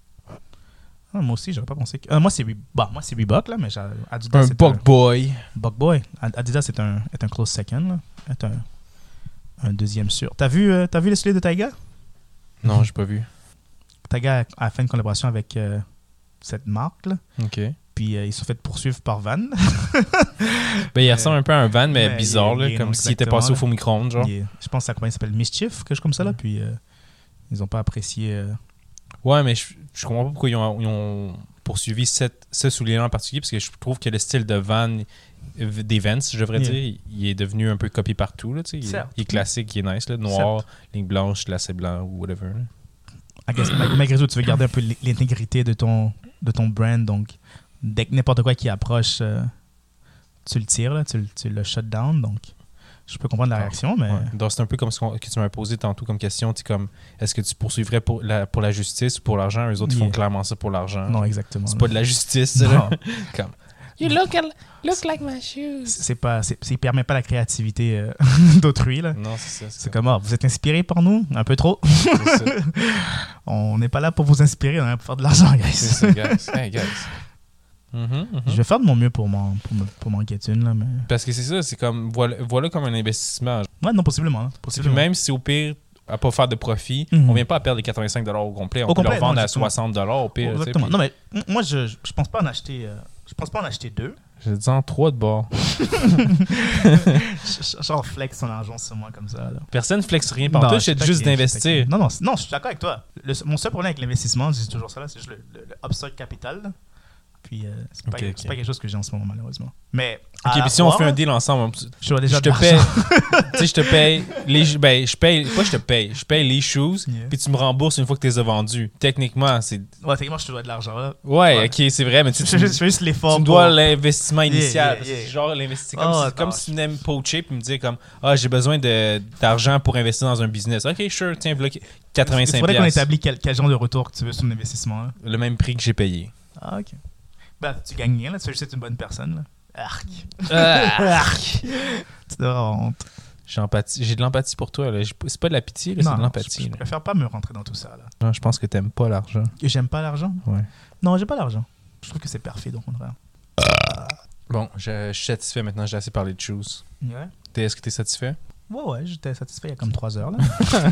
Ah, moi aussi, j'aurais pas pensé que... moi, c'est Reebok, là, mais Adidas, Un Buck Boy. Buck Boy. Adidas est un close second, là. Est un deuxième sûr. T'as vu le style de Taiga? Non, j'ai pas vu. Taiga a fait une collaboration avec cette marque, là. Ok. Puis ils se sont fait poursuivre par Van. Ben, il ressemble un peu à un van, mais bizarre, là, comme non, s'il était passé au four micro-ondes, genre. Je pense que la compagnie s'appelle Mischief, quelque chose comme ça, là. Puis ils ont pas apprécié... Ouais, mais je comprends pas pourquoi ils ont poursuivi ce soulier-là en particulier, parce que je trouve que le style de Van, des Vans, je devrais dire, il est devenu un peu copié partout, là, tu sais. Il est classique, il est nice, là, noir, ligne blanche, lacet blanc ou whatever. Malgré tout, tu veux garder un peu l'intégrité de ton brand, donc dès que n'importe quoi qui approche, tu le tires, là, tu le shut down, donc je peux comprendre la réaction, mais... Ouais. Donc c'est un peu comme ce que tu m'as posé tantôt comme question, tu comme, est-ce que tu poursuivrais pour la justice ou pour l'argent? Eux autres, ils font clairement ça pour l'argent. Non, exactement. C'est pas de la justice, là. Comme, You look like my shoes. Il permet pas la créativité d'autrui, là. non, c'est ça. C'est comme, vous êtes inspiré par nous? Un peu trop. C'est ça. On n'est pas là pour vous inspirer, on est là pour faire de l'argent, guys. C'est ça, guys. Hey, guys. Je vais faire de mon mieux pour m'en get une, là, mais... Parce que c'est ça, c'est comme, voilà comme un investissement. Ouais, non, possiblement. Hein, Puis même si au pire, à pas faire de profit, on vient pas à perdre les 85$ au complet. On peut leur vendre à 60$ au pire. Exactement. Non, mais moi, je pense pas en acheter... je pense pas en acheter 2. Je dis en 3 de bord. Genre flex son argent sur moi comme ça. Là. Personne ne flexe rien par tout, c'est juste d'investir. Non, je suis d'accord avec toi. Mon seul problème avec l'investissement, je dis toujours ça, là, c'est juste le upside capital. Là. Puis c'est pas quelque chose que j'ai en ce moment, malheureusement. Mais ok, puis si on fait un deal ensemble, je te paye. Tu sais, je te paye. Je paye les shoes, puis tu me rembourses une fois que tu les as vendus. Techniquement, c'est. Ouais, techniquement, je te dois de l'argent là. Ouais, ok, c'est vrai, mais je fais juste l'effort. Tu me dois l'investissement initial. C'est genre l'investissement. Comme si tu venais me poacher puis me dire comme j'ai besoin d'argent pour investir dans un business. Ok, sure, tiens, voilà 85$. Il faudrait qu'on établit quel genre de retour que tu veux sur ton investissement. Là. Le même prix que j'ai payé. Ah, ok. Ben, tu gagnes rien, là. Tu fais juste être une bonne personne, là. Arc. Tu devrais avoir honte. J'ai de l'empathie pour toi, là. C'est pas de la pitié, là, c'est de l'empathie. Je préfère pas me rentrer dans tout ça, là. Non, je pense que t'aimes pas l'argent. Et j'aime pas l'argent? Ouais. Non, j'aime pas l'argent. Je trouve que c'est perfide, au contraire. Bon, je suis satisfait maintenant. J'ai assez parlé de choses. Ouais. Est-ce que t'es satisfait? Ouais, j'étais satisfait il y a comme 3 heures, là.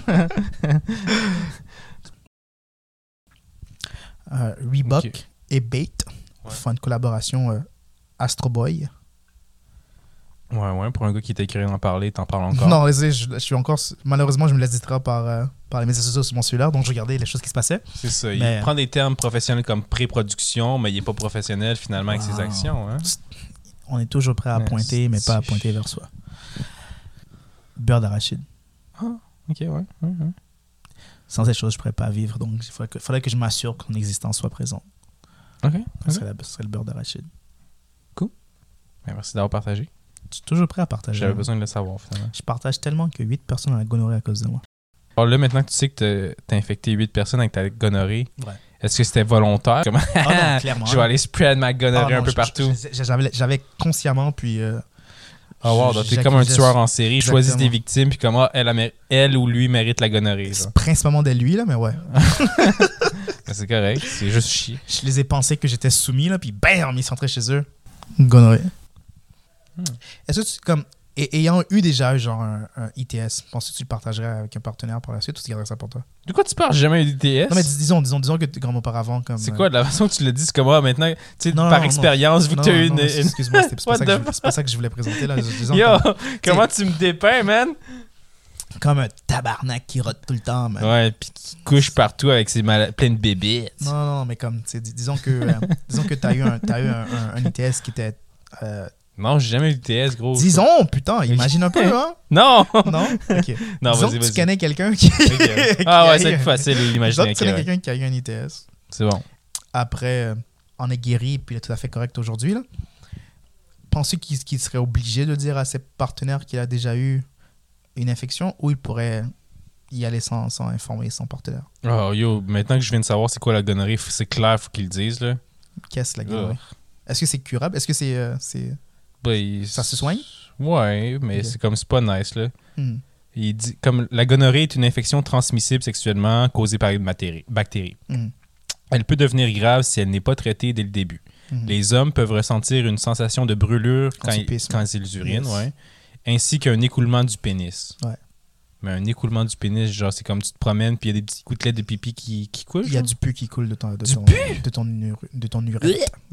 Reebok et Bait font une collaboration Astro Boy. Ouais, pour un gars qui était curieux d'en parler, t'en parles encore. Non, je suis encore... Malheureusement, je me laisse distraire par les médias sociaux sur mon cellulaire, donc je regardais les choses qui se passaient. C'est ça, il prend des termes professionnels comme pré-production, mais il est pas professionnel finalement avec ses actions. Hein? On est toujours prêt à pointer, mais pas à pointer vers soi. Beurre d'arachide. Ah, ok, ouais. Sans cette chose, je ne pourrais pas vivre, donc il faudrait que je m'assure que mon existence soit présente. Ok. Ce serait le beurre d'arachide. Cool. Merci d'avoir partagé. Je suis toujours prêt à partager. J'avais besoin de le savoir, finalement. Je partage tellement que 8 personnes ont la gonorrhée à cause de moi. Alors là, maintenant que tu sais que t'as infecté 8 personnes avec ta gonorrhée, est-ce que c'était volontaire? Comment? Non, clairement. Je vais aller spread ma gonorrhée un peu partout. J'avais consciemment, puis... donc t'es comme un tueur en série. Choisis des victimes, puis comme elle ou lui mérite la gonorrhée. C'est principalement de lui, là, mais ouais. C'est correct, c'est juste chier. Je les ai pensés que j'étais soumis, là, puis bam, ils sont rentrés chez eux. Gonorrhée. Est-ce que tu, comme, ayant eu déjà genre un ITS, penses-tu que tu le partagerais avec un partenaire par la suite ou tu garderais ça pour toi? De quoi tu parles? J'ai jamais eu d'ITS? Non, mais disons que comme auparavant, comme... C'est quoi, de la façon que tu l'as dit, c'est comme maintenant, tu sais, par expérience, vu que tu as eu une... Excuse-moi, c'est pas ça que je voulais présenter, là. Yo, comment tu me dépeins, man? Comme un tabarnak qui rote tout le temps, man. Ouais, puis qui couche partout avec ses plein de bébés. Non, mais comme, disons que t'as eu un ITS qui était... Non, j'ai jamais eu d'ITS, gros. Disons, putain, imagine un peu, hein? Non! Non? Ok. Non, disons vas-y. Que tu connais quelqu'un qui... Ah ouais, c'est facile d'imaginer. Disons que tu connais quelqu'un qui a eu un ITS. C'est bon. après en est guéri et puis il est tout à fait correct aujourd'hui, là, pensez qu'il serait obligé de dire à ses partenaires qu'il a déjà eu une infection ou il pourrait y aller sans informer son partenaire? Oh, yo, maintenant que je viens de savoir c'est quoi la gonorrhée, c'est clair, faut qu'ils le disent, là. Qu'est-ce la gonorrhée? Est-ce que c'est curable? Est-ce que ça se soigne? Ouais, mais Ok. c'est pas nice, là. Hmm. Il dit, comme la gonorrhée est une infection transmissible sexuellement causée par une bactérie. Hmm. Elle peut devenir grave si elle n'est pas traitée dès le début. Hmm. Les hommes peuvent ressentir une sensation de brûlure Quand ils pissent, quand ils urinent, Yes. ouais, ainsi qu'un écoulement du pénis. Ouais. Mais un écoulement du pénis, genre, c'est comme tu te promènes puis il y a des petits gouttelettes de pipi qui coulent. Il y a genre? du pu qui coule de ton urètre.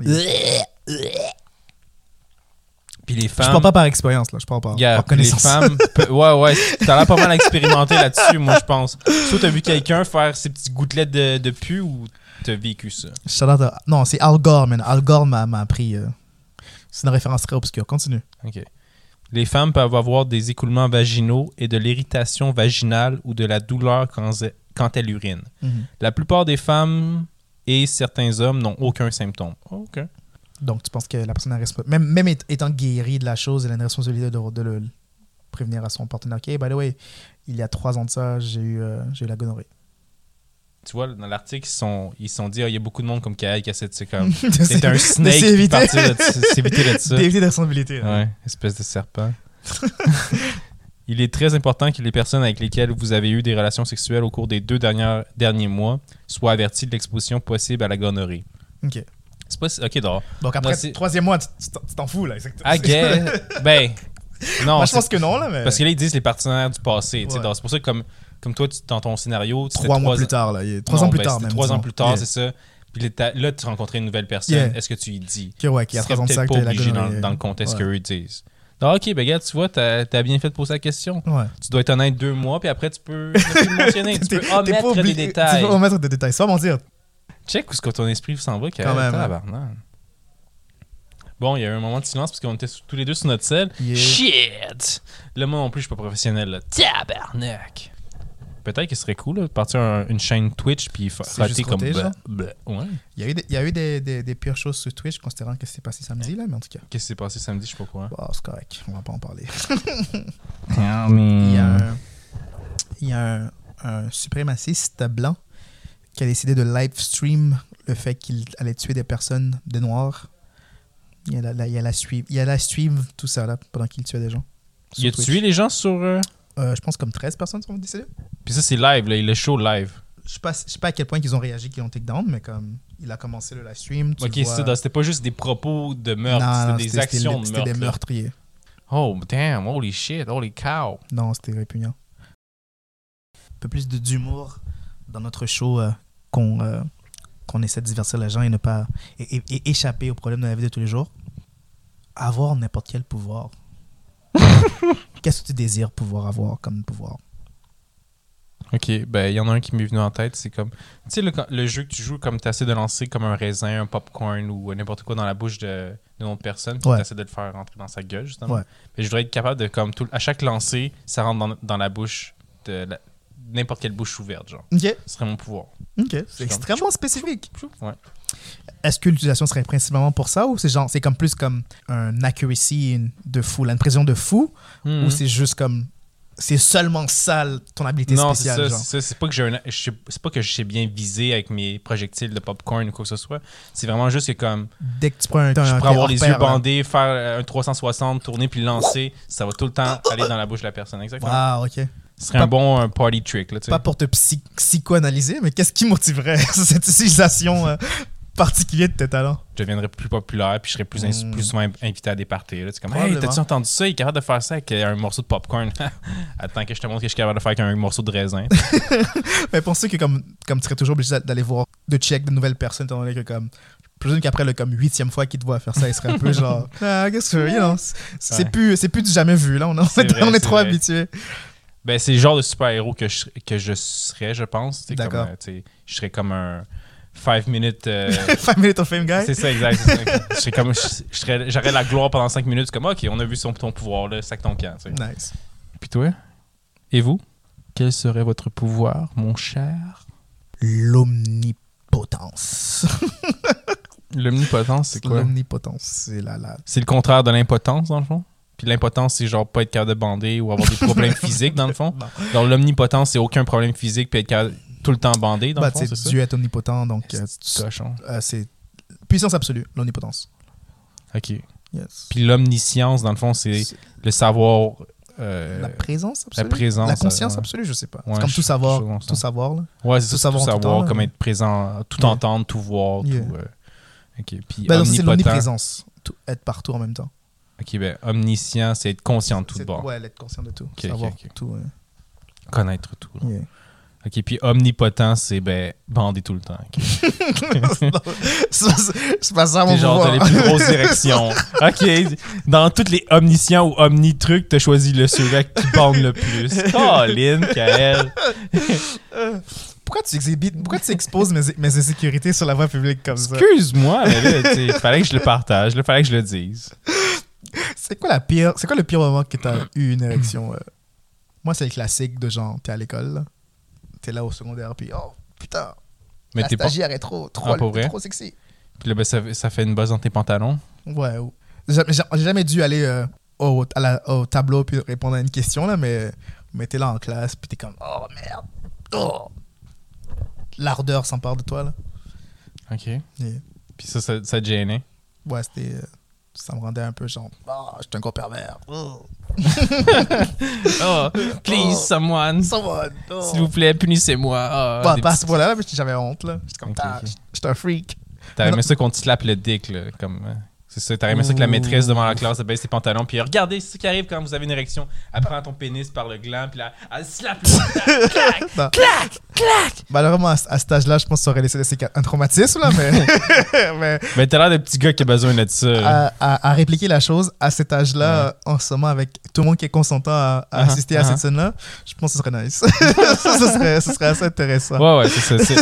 Puis les Je femmes... parle pas par expérience, là. Je parle par Yeah, puis les connaissance. femmes... ouais, t'as l'air pas mal expérimenté là-dessus, moi, je pense. Soit t'as vu quelqu'un faire ces petites gouttelettes de pu ou t'as vécu ça? Non, c'est Al Gore, man. Al Gore m'a appris. C'est une référence très obscure. Continue. OK. Les femmes peuvent avoir des écoulements vaginaux et de l'irritation vaginale ou de la douleur quand elles urinent. Mhm. La plupart des femmes et certains hommes n'ont aucun symptôme. Oh, OK. Donc, tu penses que la personne a même étant guérie de la chose, elle a une responsabilité de le prévenir à son partenaire. OK, by the way, il y a 3 ans de ça, j'ai eu la gonorrhée. Tu vois, dans l'article, ils se sont dit, il y a beaucoup de monde comme Kael qui essaie de c'est comme... C'est C'est un snake qui partit s'éviter de ça. D'éviter de responsabilité. là. Ouais, espèce de serpent. Il est très important que les personnes avec lesquelles vous avez eu des relations sexuelles au cours des 2 derniers mois soient averties de l'exposition possible à la gonorrhée. OK. C'est pas... OK, d'accord. Donc, après, Non, c'est- 3e mois, tu t'en fous, là. Exactement. I guess. Ben, non. Moi, je c'est- pense que non, là, mais... Parce que là, ils disent les partenaires du passé. tu sais, Ouais. donc c'est pour ça que, comme toi, dans ton scénario... tu fais 3 mois trois- plus tard, là. 3 ans Non, plus ben, tard, c'était même. 3 ans disons. plus tard, Yeah. c'est ça. Puis là, tu rencontrais une nouvelle personne. Yeah. Est-ce que tu y dis? OK, ouais, qu'il y a Tu serais 3 ans de ça peut-être que pas t'as la obligé gonorrhée. dans le contexte Ouais. qu'eux disent. Ah, OK, ben regarde, tu vois, t'as bien fait de poser la question. Ouais. Tu dois être honnête 2 mois, puis après, tu peux le mentionner. Tu peux T'es pas omettre des obligé- détails. Tu peux omettre des détails. Sans mentir. Check où est-ce que ton esprit s'en va, Quand même, tabarnak. Bon, il y a eu un moment de silence parce qu'on était tous les deux sur notre selle. Yeah. Shit! Là, moi non plus, je suis pas professionnel. Là. Tabarnak! Peut-être que ce serait cool là, de partir une chaîne Twitch puis C'est rater juste comme... roter, genre? Ouais. Il y a eu des pires choses sur Twitch, considérant que c'est passé samedi, là, mais en tout cas. Qu'est-ce qui s'est passé samedi? Je sais pas quoi. Bon, c'est correct. On va pas en parler. Ah, Il y a un suprémaciste blanc qui a décidé de live stream le fait qu'il allait tuer des personnes de noirs. Il a stream tout ça là pendant qu'il tuait des gens. Il a sur Twitch. tué les gens sur... Je pense comme 13 personnes sont décédées. Puis ça, c'est live, là. Il est show live. Je sais pas à quel point ils ont réagi, qu'ils ont take down, mais comme il a commencé le live stream. Tu Ok, le vois... c'est ça. C'était pas juste des propos de meurtre, Non, c'était des actions de C'était meurtre. des là. meurtriers. Oh, damn. Holy shit. Holy cow. Non, c'était répugnant. Un peu plus d'humour dans notre show qu'on essaie de divertir les gens et ne pas et échapper aux problèmes de la vie de tous les jours. Avoir n'importe quel pouvoir. Qu'est-ce que tu désires pouvoir avoir comme pouvoir? Ok, ben il y en a un qui m'est venu en tête, c'est comme... Tu sais, le jeu que tu joues, comme tu essaies de lancer comme un raisin, un popcorn ou n'importe quoi dans la bouche d'une autre personne, puis Ouais. tu essaies de le faire rentrer dans sa gueule, justement. Ouais. Mais je voudrais être capable de, comme à chaque lancer, ça rentre dans la bouche de n'importe quelle bouche ouverte, genre. Ok, Ce serait mon pouvoir. c'est extrêmement spécifique. Ouais. Est-ce que l'utilisation serait principalement pour ça ou c'est comme plus comme un accuracy de fou, là, une précision de fou, Mhm. ou c'est juste comme c'est seulement ça ton habilité Non, c'est spéciale? ça, genre? c'est ça. C'est pas que je sais bien viser avec mes projectiles de popcorn ou quoi que ce soit. C'est vraiment juste que comme Dès que tu prends un je pourrais avoir les yeux repère, là. bandés, faire un 360, tourner puis le lancer, ça va tout le temps aller dans la bouche de la personne. Exactement. Wow, ok. Ce serait un bon party trick. Là, tu sais. Pas pour te psychoanalyser, mais qu'est-ce qui motiverait cette utilisation particulière de tes talents? Je deviendrais plus populaire puis je serais plus souvent invité à des parties. Là. C'est comme, hey, Probablement. t'as-tu entendu ça? Il est capable de faire ça avec un morceau de popcorn. Attends que je te montre que je suis capable de faire avec un morceau de raisin. Mais pensez que comme tu serais toujours obligé d'aller voir, de check de nouvelles personnes, étant donné que comme je présume qu'après le comme 8e fois qu'il te voit faire ça, il serait un peu genre qu'est-ce que you know, c'est plus du jamais vu là, on C'est vrai, est c'est trop vrai. habitué. Ben, c'est le genre de super-héros que je serais, je pense. C'est D'accord. Comme, tu sais, je serais comme un 5 minutes... 5 minutes of fame guy. c'est ça, exact. Je serais comme, j'aurais la gloire pendant 5 minutes. C'est comme, OK, on a vu ton pouvoir, là, sac ton camp. Tu sais. Nice. Puis toi? Et vous? Quel serait votre pouvoir, mon cher? l'omnipotence. L'omnipotence, c'est quoi? L'omnipotence, c'est C'est le contraire de l'impotence, dans le fond? Puis l'impotence, c'est genre pas être capable de bander ou avoir des problèmes physiques, dans le fond? Non. Donc l'omnipotence, c'est aucun problème physique puis être capable tout le temps bandé, dans le fond, c'est ça? Dieu est omnipotent, donc Cochon. c'est puissance absolue, l'omnipotence. OK. Yes. Puis l'omniscience, dans le fond, c'est le savoir... La présence absolue? La présence. La conscience absolue, je sais pas. Ouais, c'est comme tout savoir, chose tout savoir. Là. Ouais, c'est tout ça, tout savoir, savoir, tout temps, comme là. être présent, tout Yeah. entendre, tout voir, Yeah. tout... OK. Puis Ben, donc, c'est omnipotent... l'omniprésence, être partout en même temps. OK, ben omniscient, c'est être conscient de tout C'est- de bord. Ouais, être conscient de tout. Ok, savoir ok. tout. Connaître tout. Yeah. OK, puis omnipotent, c'est ben bander tout le temps. OK. c'est pas ça mon C'est genre, t'as les pouvoir. plus grosses directions. OK, dans toutes les omniscients ou omni-trucs, t'as choisi le celui qui bande le plus. Oh, Lynn, Kael. Pourquoi tu exposes mes insécurités sur la voie publique comme ça? Excuse-moi, mais là, tu sais, fallait que je le partage, là, fallait que je le dise. C'est quoi le pire moment que t'as eu une érection? Moi, c'est le classique de genre, t'es à l'école, là. T'es là au secondaire, puis oh, putain, Mais la t'es pas... stagiaire est trop Ah, pour vrai? sexy. Puis là, ben, ça fait une bosse dans tes pantalons. Ouais. J'ai jamais dû aller au tableau puis répondre à une question, là, mais t'es là en classe, puis t'es comme, oh merde, oh. L'ardeur s'empare de toi, là. OK. Yeah. Puis ça te gênait. Ouais, c'était... ça me rendait un peu genre, oh, j'étais un gros pervers. Oh. Oh, please, someone. Someone. Oh. S'il vous plaît, punissez-moi. Ah, Bah, des pas à petits- ce point-là, mais j'avais honte, là. J'étais comme, Ok, ok. j'étais un freak. T'aurais aimé ça qu'on te slappe le dick, là, comme... c'est ça, t'aurais aimé ça que la maîtresse devant la classe, elle baisse ses pantalons, puis regardez, c'est ce qui arrive quand vous avez une érection. Elle prend ton pénis par le gland, puis là, elle slappe le clac, Non. clac, clac. Malheureusement, à cet âge-là, je pense que ça aurait laissé un traumatisme, là, mais Mais t'as l'air de petit gars qui a besoin de ça. à répliquer la chose à cet âge-là, en ce moment, avec tout le monde qui est consentant à assister à cette scène-là, je pense que ce serait nice. ce serait assez intéressant. Ouais, c'est ça.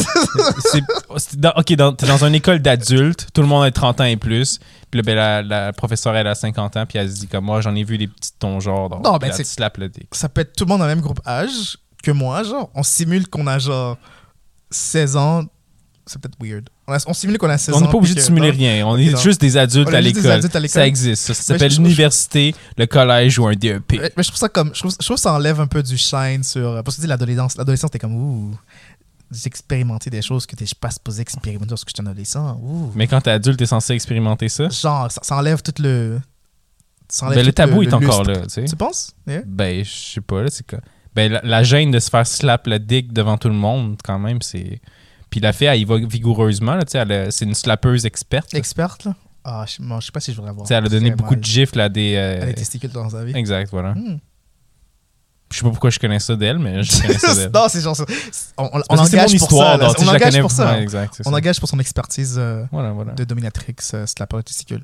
T'es dans une école d'adultes, tout le monde a 30 ans et plus, puis là, ben, la professeure, elle a 50 ans, puis elle se dit comme moi, j'en ai vu des petits tons genre. Non, puis ben, elle te slappe le dick. Ça peut être tout le monde dans le même groupe âge que moi, genre. On simule qu'on a genre 16 ans. C'est peut-être weird. On simule qu'on a 16 ans. On n'est pas obligé de puis que- simuler non. rien. On Ok, est non. juste des adultes On est à juste des l'école. adultes à l'école. Ça existe. Ça Mais s'appelle je- l'université, le collège ou un DEP. Mais je trouve ça comme. Je trouve que ça enlève un peu du shine sur. Parce que tu dis, l'adolescence, t'es comme, ouh. J'expérimentais des choses que je suis pas supposé expérimenter lorsque j'étais un adolescent. Ouh. Mais quand t'es adulte, t'es censé expérimenter ça. Genre, ça enlève tout le. Ça enlève Ben, le tout tabou est encore lustre. là, tu sais. Tu penses? Yeah. Ben, je sais pas, là, c'est quoi. Ben, la gêne de se faire slap le dick devant tout le monde, quand même, c'est... Puis la fille, elle y va vigoureusement, là, tu sais, c'est une slappeuse experte. là. Experte, là? Ah, je sais pas si je voudrais voir. Tu sais, elle a donné beaucoup de gifles à des... Elle a des testicules dans sa vie. Exact, voilà. Hmm. Je sais pas pourquoi je connais ça d'elle, mais je connais ça d'elle. Non, c'est genre ça. On Parce que c'est mon engage pour histoire, ça. là. donc, tu On sais, je la engage connais- pour ça. Ouais, exact, c'est On ça. engage pour son expertise Voilà. de dominatrix, slapper de testicules.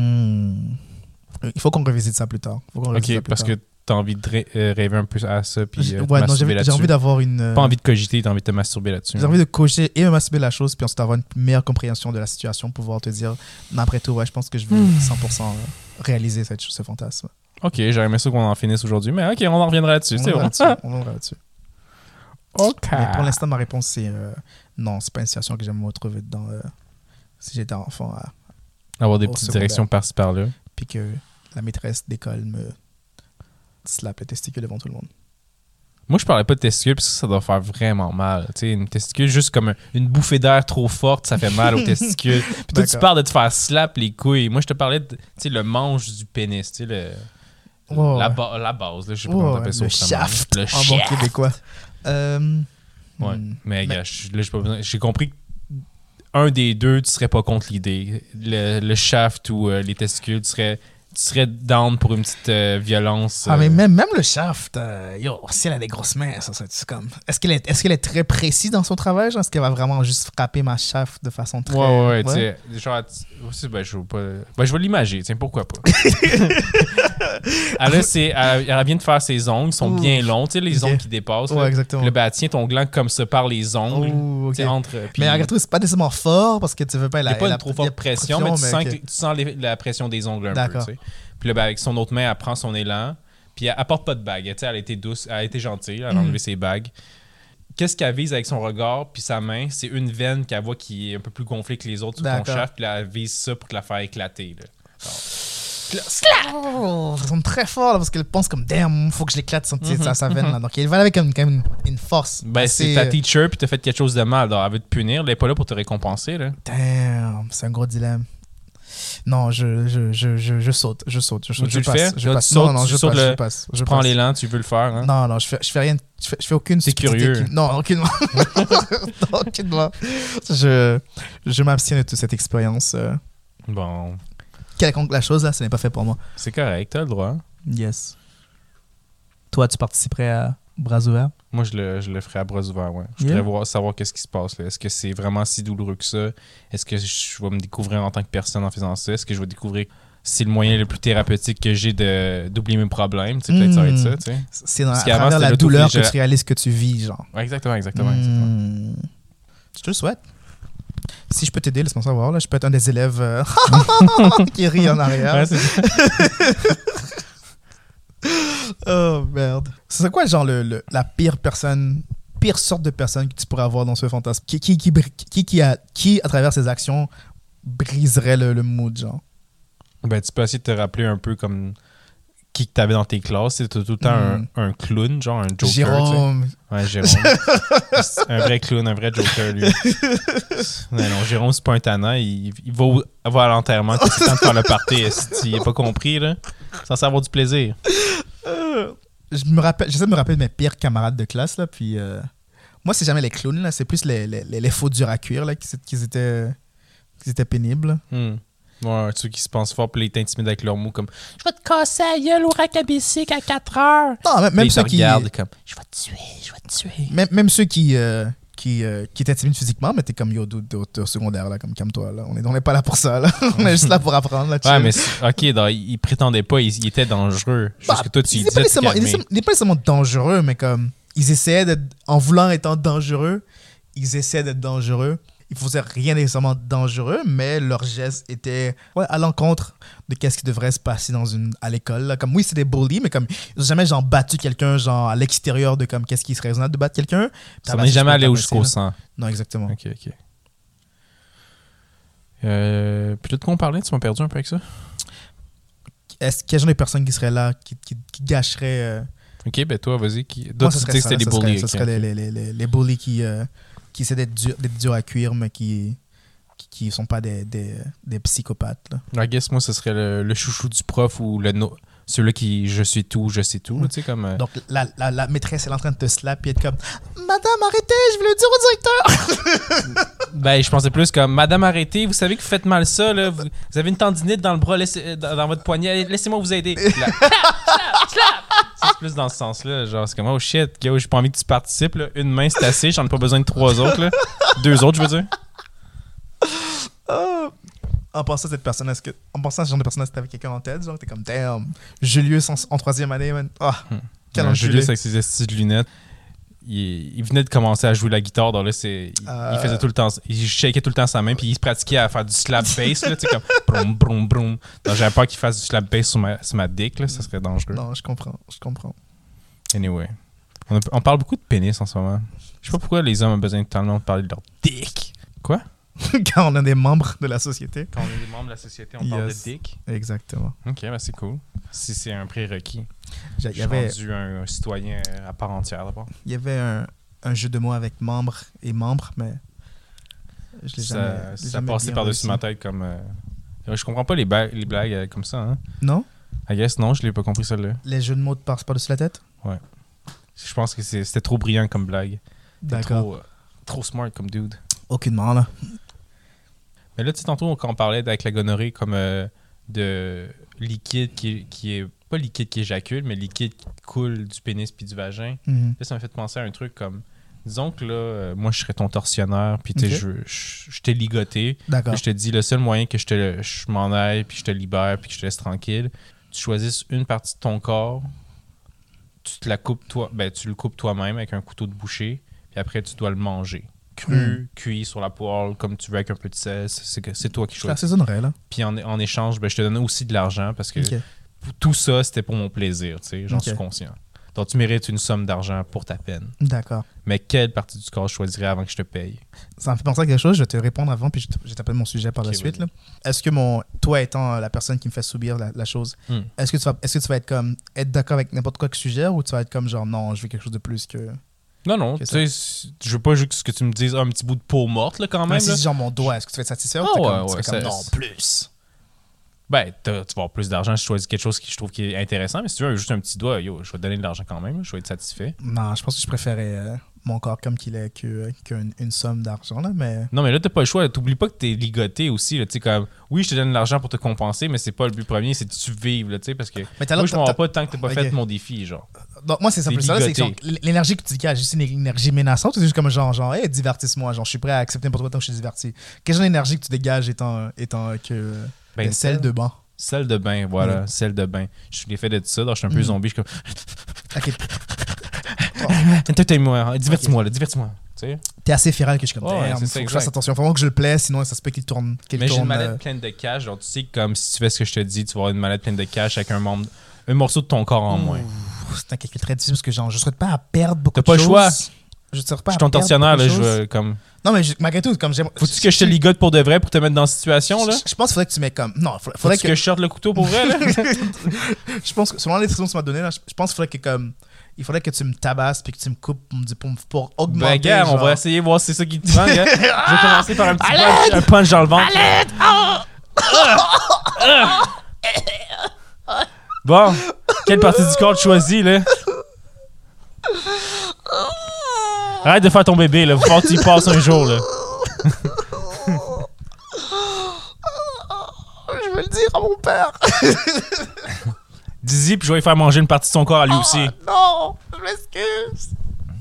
Il faut qu'on revisite ça plus tard. Ok, parce que t'as envie de rêver un peu à ça, puis te ouais, non, masturber j'ai là-dessus. envie d'avoir une. Pas envie de cogiter, t'as envie de te masturber là-dessus. J'ai envie de cocher et me masturber la chose, puis ensuite avoir une meilleure compréhension de la situation, pouvoir te dire, non, après tout, ouais, je pense que je veux 100% réaliser ce fantasme. Ok, j'aurais aimé ça qu'on en finisse aujourd'hui, mais ok, on en reviendra là-dessus, c'est bon. On reviendra là-dessus. Ok. Mais pour l'instant, ma réponse, c'est non, c'est pas une situation que j'aime me retrouver dedans si j'étais enfant, Avoir des au petites secondaire. directions par-ci par-là. puis que la maîtresse d'école me slappe les testicules devant tout le monde. Moi, je parlais pas de testicules parce que ça doit faire vraiment mal. Tu sais, une testicule, juste comme une bouffée d'air trop forte, ça fait mal aux testicules. Puis toi, tu D'accord. parles de te faire slap les couilles. Moi, je te parlais de tu sais, le manche du pénis, tu sais, Ouais, la ouais. base, là, je sais pas comment Ouais, t'appelles ça le autrement. shaft Le en bon shaft. québécois. Ouais. Mais gars, là, j'ai pas besoin. J'ai compris que un des deux, tu serais pas contre l'idée. Le shaft ou les testicules, tu serais down pour une petite violence. Ah, mais même le shaft, si elle a des grosses mains, ça serait comme. Est-ce qu'elle est très précise dans son travail? Genre, est-ce qu'elle va vraiment juste frapper ma shaft de façon très. Ouais, tu sais. Genre, aussi, ben, je vais l'imager, tiens, pourquoi pas. Elle vient de faire ses ongles, ils sont Ouh. bien longs, tu sais, les Ok. ongles qui dépassent. Ouais, là. exactement. Puis là, ben, elle tient ton gland comme ça par les ongles. Oh, ok. Tu sais, entre. Puis Mais regarde, c'est pas nécessairement fort parce que tu veux pas il n'y a pas une trop forte pression, mais tu sens, ok. tu sens la pression des ongles un peu. D'accord. Tu sais. Puis là, ben, avec son autre main, elle prend son élan. Puis elle porte pas de bague. Tu sais, elle a été douce, elle a été gentille, elle a enlevé ses bagues. qu'est-ce qu'elle vise avec son regard puis sa main, c'est une veine qu'elle voit qui est un peu plus gonflée que les autres sur ton shaft, puis là, elle vise ça pour te la faire éclater. Là. Oh, ça sonne très fort là, parce qu'elle pense comme damn, faut que je l'éclate sa veine là. Donc elle va avec quand même une force. Ben c'est ta teacher puis t'as fait quelque chose de mal, alors elle veut te punir, elle est pas là pour te récompenser là. Damn, c'est un gros dilemme. Non, je saute. Tu Je le fais? Je passe. Je passe. Je prends l'élan, tu veux le faire. Hein? Non, je fais rien. Je fais aucune. C'est curieux. Non, aucunement. Non, aucunement. Je m'abstiens de toute cette expérience. Bon. Quelconque la chose là, ce n'est pas fait pour moi. C'est correct, t'as le droit. Yes. Toi, tu participerais à bras ouverts? Moi, je le ferais à bras ouverts, ouais. Je voudrais savoir qu'est-ce qui se passe là. Est-ce que c'est vraiment si douloureux que ça? Est-ce que je vais me découvrir en tant que personne en faisant ça? Est-ce que je vais découvrir c'est le moyen le plus thérapeutique que j'ai d'oublier mes problèmes? Tu sais, peut-être ça va être ça, tu sais. C'est à travers la douleur que tu réalises que tu vis, genre. Ouais, exactement. Je te le souhaite. Si je peux t'aider, laisse-moi savoir. Là. Je peux être un des élèves qui rit en arrière. Ouais, c'est ça. Oh, merde. C'est quoi, genre, la pire sorte de personne que tu pourrais avoir dans ce fantasme? Qui à travers ses actions, briserait le mood, genre? Ben, tu peux essayer de te rappeler un peu comme qui que t'avais dans tes classes. T'as tout le temps un clown, genre un Joker. Jérôme. Ouais, Jérôme. Un vrai clown, un vrai Joker, lui. Non, Jérôme, c'est pas un tannant. Il va à l'enterrement. Tout le temps de faire le party. Il n'a pas compris, là. Censé avoir du plaisir. J'essaie de me rappeler de mes pires camarades de classe, là. Puis, moi, c'est jamais les clowns, là. C'est plus les faux durs à cuire, là, qui étaient pénibles. Ouais, ceux qui se pensent fort puis ils t'intimident avec leurs mots comme Je vais te casser la gueule au Rakabisic à 4 heures. Non, même ceux qui regardent comme Je vais te tuer. Même ceux qui t'intimident physiquement, mais t'es comme yo, au secondaire, là, comme calme-toi, là. On n'est pas là pour ça, là. On est juste là pour apprendre, là. Ouais, mais ok, donc, il prétendait pas, il était dangereux. Juste que toi, tu il disais n'est pas nécessairement dangereux, mais comme ils essayaient d'être, en voulant être dangereux, ils essaient d'être dangereux. Ils faisaient rien nécessairement dangereux, mais leur geste était à l'encontre de qu'est-ce qui devrait se passer à l'école. Là. Comme oui, c'est des bullies, mais comme ils n'ont jamais genre battu quelqu'un genre à l'extérieur de comme qu'est-ce qui serait raisonnable de battre quelqu'un. Ça n'est jamais allé jusqu'au sang. Non, exactement. Ok. Puis de quoi on parlait? Tu m'as perdu un peu avec ça? Est-ce qu'il y a genre des personnes qui seraient là, qui gâcheraient... Ok, ben toi, vas-y. Moi, tu dis que c'était les bullies. Ce serait les bullies qui essaient d'être durs à cuire, mais qui sont pas des psychopathes. Là. I guess, moi, ce serait le chouchou du prof ou celui-là qui je suis tout, je sais tout. Là, tu sais, comme, Donc, la maîtresse, elle est en train de te slap et être comme « Madame, arrêtez, je vais le dire au directeur! » Ben, je pensais plus comme « Madame, arrêtez, vous savez que vous faites mal ça, là, vous avez une tendinite dans le bras, dans votre poignet, laissez-moi vous aider. » C'est plus dans ce sens-là. Genre, c'est comme « Oh shit, yo, j'ai pas envie que tu participes. Là. Une main, c'est assez, j'en ai pas besoin de 3 autres. Là. 2 autres, je veux dire. » En pensant à cette personne, en pensant à ce genre de personne, t'avais quelqu'un en tête, genre, t'es comme, damn, Julius en 3e année, man. Ah, quel enculé. Julius avec ses estis de lunettes, il venait de commencer à jouer la guitare, donc là, il faisait tout le temps, il shakait tout le temps sa main, puis il se pratiquait à faire du slap bass, là, tu sais, comme, brum, brum, brum. Donc j'avais peur qu'il fasse du slap bass sur ma dick, là, ça serait dangereux. Non, je comprends. Anyway. On parle beaucoup de pénis en ce moment. Je sais pas pourquoi les hommes ont besoin totalement de parler de leur dick. Quoi? Quand on a des membres de la société. Quand on est des membres de la société, on parle de dick. Exactement. Ok, ben c'est cool. Si c'est un prérequis. Je suis rendu un citoyen à part entière d'abord. Il y avait un jeu de mots avec membre et membre, mais je l'ai jamais. Ça passait par-dessus ma tête comme. Je comprends pas les blagues comme ça. Hein? Non? I guess non, je l'ai pas compris celle-là. Les jeux de mots te passent par-dessus la tête? Ouais. Je pense que c'était trop brillant comme blague. D'accord. Trop smart comme dude. Aucunement, là. Mais là, tu sais, tantôt, quand on parlait avec la gonorrhée comme de liquide qui est pas liquide qui éjacule, mais liquide qui coule du pénis puis du vagin. Mm-hmm. Là, ça m'a fait penser à un truc comme, disons que là, moi, je serais ton tortionnaire, puis tu sais, je t'ai ligoté. D'accord. Je te dis, le seul moyen que je m'en aille, puis je te libère, puis que je te laisse tranquille, tu choisisses une partie de ton corps, tu te la coupes tu le coupes toi-même avec un couteau de boucher, puis après, tu dois le manger. Cru, cuit sur la poêle, comme tu veux, avec un peu de sel, c'est toi qui choisis. Ça assaisonnerait, là. Puis en échange, je te donnais aussi de l'argent parce que tout ça, c'était pour mon plaisir, tu sais, j'en suis conscient. Donc, tu mérites une somme d'argent pour ta peine. D'accord. Mais quelle partie du corps je choisirais avant que je te paye? Ça me fait penser à quelque chose, je vais te répondre avant, puis je t'appelle mon sujet par la Ok, suite. vas-y. Là. Est-ce que toi étant la personne qui me fait subir la chose, est-ce que tu vas être d'accord avec n'importe quoi que je suggère ou tu vas être comme genre non, je veux quelque chose de plus que. Non, Ok, tu sais, je veux pas juste que tu me dises un petit bout de peau morte, là, quand même. Mais si là. c'est genre mon doigt, est-ce que tu vas être satisfait ou Ah, t'es ouais, comme, tu ouais, fais comme ça- non, plus? Ben, tu vas avoir plus d'argent si je choisis quelque chose que je trouve qui est intéressant. Mais si tu veux juste un petit doigt, yo, je vais te donner de l'argent quand même. Là, je vais être satisfait. Non, je pense que je préférais mon corps comme qu'il est qu'une somme d'argent, là, mais. Non, mais là, t'as pas le choix. T'oublies pas que t'es ligoté aussi. Là, comme, oui, je te donne de l'argent pour te compenser, mais c'est pas le but premier, c'est que tu vives. Là, parce que Mais t'as moi, l'air- je m'en vais t'as- pas tant que t'as pas Ok. fait mon défi. Genre. Donc, moi, c'est simple. C'est Ça, c'est que ligoté. genre, l'énergie que tu dégages, c'est une énergie menaçante ou c'est juste comme genre, hey, divertisse-moi, genre, je suis prêt à accepter n'importe quoi tant que je suis diverti. Quelle genre d'énergie que tu dégages étant que Ben, celle de banc? Celle de bain, voilà, Ouais. celle de bain. Je suis l'effet de ça, donc je suis un peu zombie. Je suis Ok. comme, entertain-moi, divertis-moi, là, divertis-moi. Tu sais? T'es assez féral que je suis comme, Ouais, damn, c'est faut ça, que je fasse exact. attention. Faut vraiment que je le plaise, sinon ça se peut qu'il tourne. Mais j'ai une mallette pleine de cash, genre tu sais que comme si tu fais ce que je te dis, tu vas avoir une mallette pleine de cash avec un morceau de ton corps en moins. C'est un calcul très difficile parce que genre, je souhaite pas à perdre beaucoup T'as de pas choses. le choix. Je souhaite Je pas suis à ton perdre tortionnaire, beaucoup là, de je choses. veux comme. Non, mais malgré tout, comme j'aime. Faut-tu que je te ligote pour de vrai pour te mettre dans la situation, là? Je pense qu'il faudrait que tu mets comme. Non, faudrait Faut-tu que je sorte le couteau pour vrai, là? Je pense que selon les descriptions que tu m'as données, là, je pense qu'il faudrait que comme. Il faudrait que tu me tabasses puis que tu me coupes pour augmenter. Ben, gars, on genre. va essayer de voir si c'est ça qui te prend, gars. Je vais commencer par un punch dans le ventre. Bon, quelle partie du corps tu choisis, là? Arrête de faire ton bébé, là. Faut que tu y passes un jour, là. Je vais le dire à mon père. Dis-y, puis je vais lui faire manger une partie de son corps à lui aussi. Non, je m'excuse.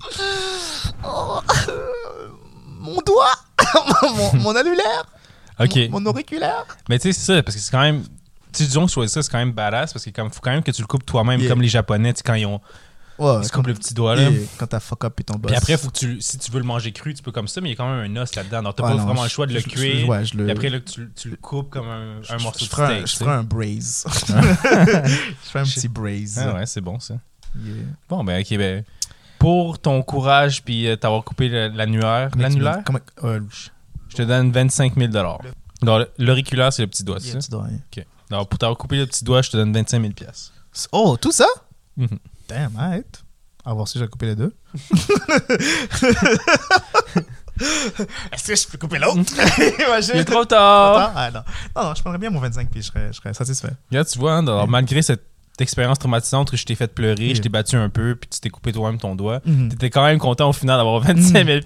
Mon doigt, mon annulaire, Ok. mon auriculaire. Mais tu sais, c'est ça, parce que c'est quand même. Tu sais, disons que tu choisis ça, c'est quand même badass, parce qu'il faut quand même que tu le coupes toi-même, Yeah. comme les Japonais, tu sais, quand ils se coupent le petit doigt, là. Quand t'as fuck up et ton boss. Puis après, faut que si tu veux le manger cru, tu peux comme ça, mais il y a quand même un os là-dedans. Donc, t'as Ouais, pas non, vraiment le choix de le cuire. Ouais, je le. Puis après, là, tu le coupes comme un morceau je de ferai steak. je tu ferai sais. un braise. Je ferai un petit braise. Ah ouais, c'est bon, ça. Yeah. Bon, ben, ok, ben. Pour ton courage, puis t'avoir coupé l'annulaire. L'annulaire, Comment, je te donne 25 000 Donc, l'auriculaire, c'est le petit doigt, yeah, c'est tu dois, yeah. ça? Ok. Alors, pour t'avoir coupé le petit doigt, je te donne 25 000 Oh, tout ça? Mhm. Damn, alright. À voir si j'ai coupé les deux. Est-ce que je peux couper l'autre? Imagine. Il est trop tard! Ah, non. Non, je prendrais bien mon 25 puis je serais satisfait. Regarde, tu vois, hein, alors, malgré cette expérience traumatisante où je t'ai fait pleurer, Yeah. je t'ai battu un peu, puis tu t'es coupé toi-même ton doigt, Mhm. t'étais quand même content au final d'avoir 25 000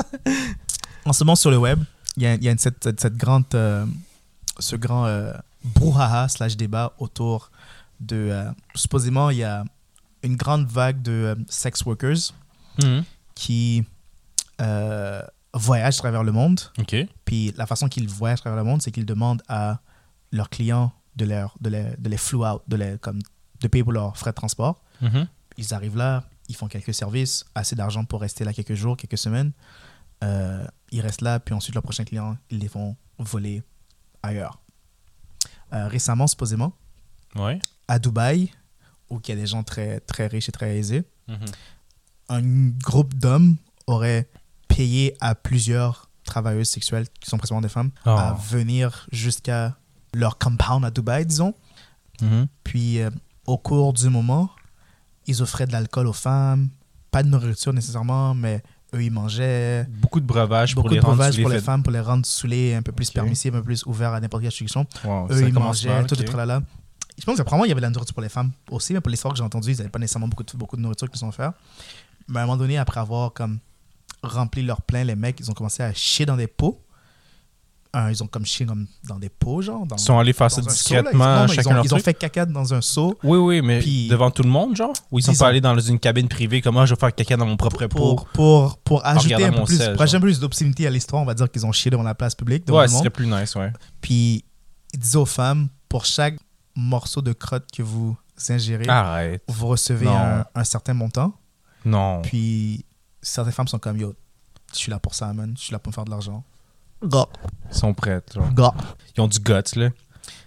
En ce moment, sur le web, il y a cette grande, ce grand brouhaha / débat autour de... supposément, il y a une grande vague de sex workers Mhm. qui voyagent à travers le monde. OK. Puis la façon qu'ils voyagent à travers le monde, c'est qu'ils demandent à leurs clients de les flew out, de payer pour leurs frais de transport. Mhm. Ils arrivent là, ils font quelques services, assez d'argent pour rester là quelques jours, quelques semaines. Ils restent là, puis ensuite, leurs prochains clients, ils les font voler ailleurs. Récemment, supposément, Ouais. à Dubaï, où il y a des gens très, très riches et très aisés, Mhm. un groupe d'hommes aurait payé à plusieurs travailleuses sexuelles, qui sont principalement des femmes, à Oh. venir jusqu'à leur compound à Dubaï, disons. Mhm. Puis, au cours du moment, ils offraient de l'alcool aux femmes, pas de nourriture nécessairement, mais eux, ils mangeaient. Beaucoup de breuvages pour Beaucoup les de rendre breuvages sous pour les l'effet. femmes, pour les rendre saoulés, un peu plus Ok. permissifs, un peu plus ouverts à n'importe quelle situation. Wow, Eux, ça ils commence mangeaient, mal, tout ok. et tralala. Je pense qu'apparemment, il y avait de la nourriture pour les femmes aussi, mais pour l'histoire que j'ai entendue, ils n'avaient pas nécessairement beaucoup de nourriture qu'ils ont offert. Mais à un moment donné, après avoir comme rempli leur plein, les mecs, ils ont commencé à chier dans des pots. Ils ont comme chié comme dans des pots, genre. Ils sont allés faire ça dans un seau, là. discrètement, Non, chacun ils leur ont truc? fait caca dans un seau Oui, oui, mais Puis- devant tout le monde, genre? Ou ils sont Ils pas ont- allés dans une cabine privée comme, je vais faire caca dans mon propre pot? pour ajouter regardant un peu mon plus, sel, pour ajouter genre. un peu plus d'obscénité à l'histoire, on va dire qu'ils ont chié devant la place publique, devant Ouais, le ce monde. serait plus nice, ouais. Puis ils disaient aux femmes, pour chaque morceau de crotte que vous ingérez, Arrête. vous recevez Non. un certain montant. Non. Puis certaines femmes sont comme, yo, je suis là pour ça, man. Je suis là pour me faire de l'argent. Ils sont prêts, genre. Gars. Ils ont du guts, là.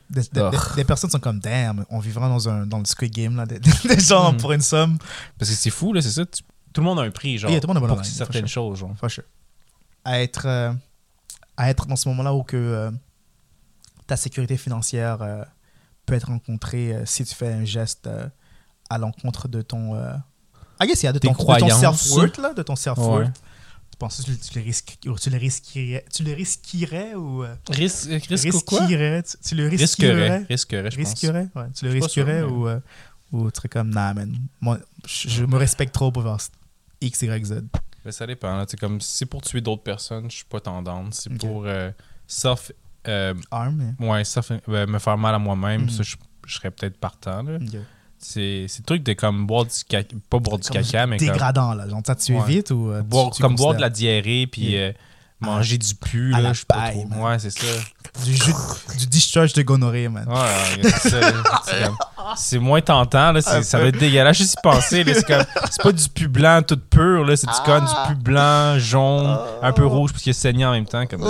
Des personnes sont comme, damn, on vivra dans le Squid Game, là, des gens pour une somme. Parce que c'est fou, là, c'est ça. Tout le monde a un prix, genre, Oui, tout le monde a un pour prix, certaines for choses, genre. For sure. À être dans ce moment-là où que ta sécurité financière peut être rencontrée si tu fais un geste à l'encontre de ton... I guess, de ton self-worth, là, de ton self-worth. Ouais. Tu penses que tu le risquerais ou... Risque quoi? Tu le risquerais? Risquerais, je pense. Risquerais? Ouais. Tu le risquerais ou tu serais comme, nah, man, moi, je me respecte trop pour faire X, Y, Z. Ben, ça dépend. Là. Comme, si c'est pour tuer d'autres personnes, je suis pas tendance. C'est pour self... Arm, ouais, me faire mal à moi-même, ça, je serais peut-être partant. Là. Okay. C'est le truc de comme boire du caca, pas boire du caca, mais dégradant, là. Genre, ça tu évites ou... boire de la diarrhée, puis manger du pu, là, je suis pas trop... Man. Ouais, c'est ça. Du discharge de gonorrhée, man. Ouais, c'est ça. C'est moins tentant, là. Ça va être dégueulasse. Juste y penser, là. C'est pas du pu blanc tout pur, là. C'est du pu blanc, jaune, un peu rouge, puis qui est saigné en même temps. Comme,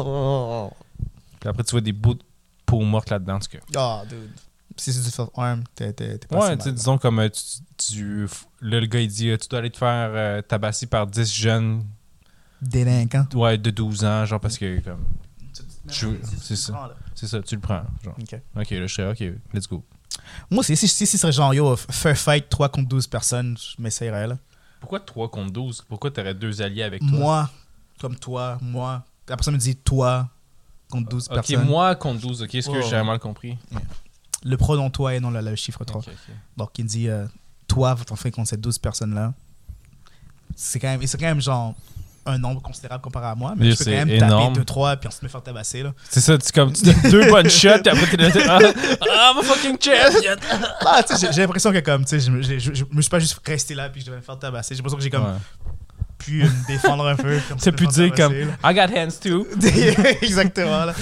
puis après, tu vois des bouts de peau morte là-dedans, en tout cas. Oh, dude. Si c'est du self-harm, t'es pas ouais, tu sais, disons comme là, le gars, il dit tu dois aller te faire tabasser par 10 jeunes délinquants. Ouais, de 12 ans, genre parce que comme. C'est ça. C'est ça, tu le prends. Genre. Ok, là, je serais ok, let's go. Moi, si ce serait genre, yo, fair fight 3 contre 12 personnes, je m'essayerais, là. Pourquoi 3 contre 12 Pourquoi t'aurais 2 alliés avec toi Moi, comme toi, moi. La personne me dit toi contre 12 personnes. Ok, moi contre 12, ok, est-ce que j'ai mal compris Le pronom toi et non le chiffre 3. Okay. Donc, il dit toi, t'en fais contre ces 12 personnes-là. C'est quand même genre un nombre considérable comparé à moi, mais tu peux quand même énorme. taper 2-3 puis ensuite me faire tabasser, là. C'est ça, tu donnes 2 bonnes shots puis après t'es là, I'm a fucking champion. Ah, tu sais, j'ai l'impression que comme, tu sais, je me suis pas juste resté là puis je devais me faire tabasser. J'ai l'impression que j'ai comme pu me défendre un peu. Tu pu dire comme, I got hands too. Exactement, là.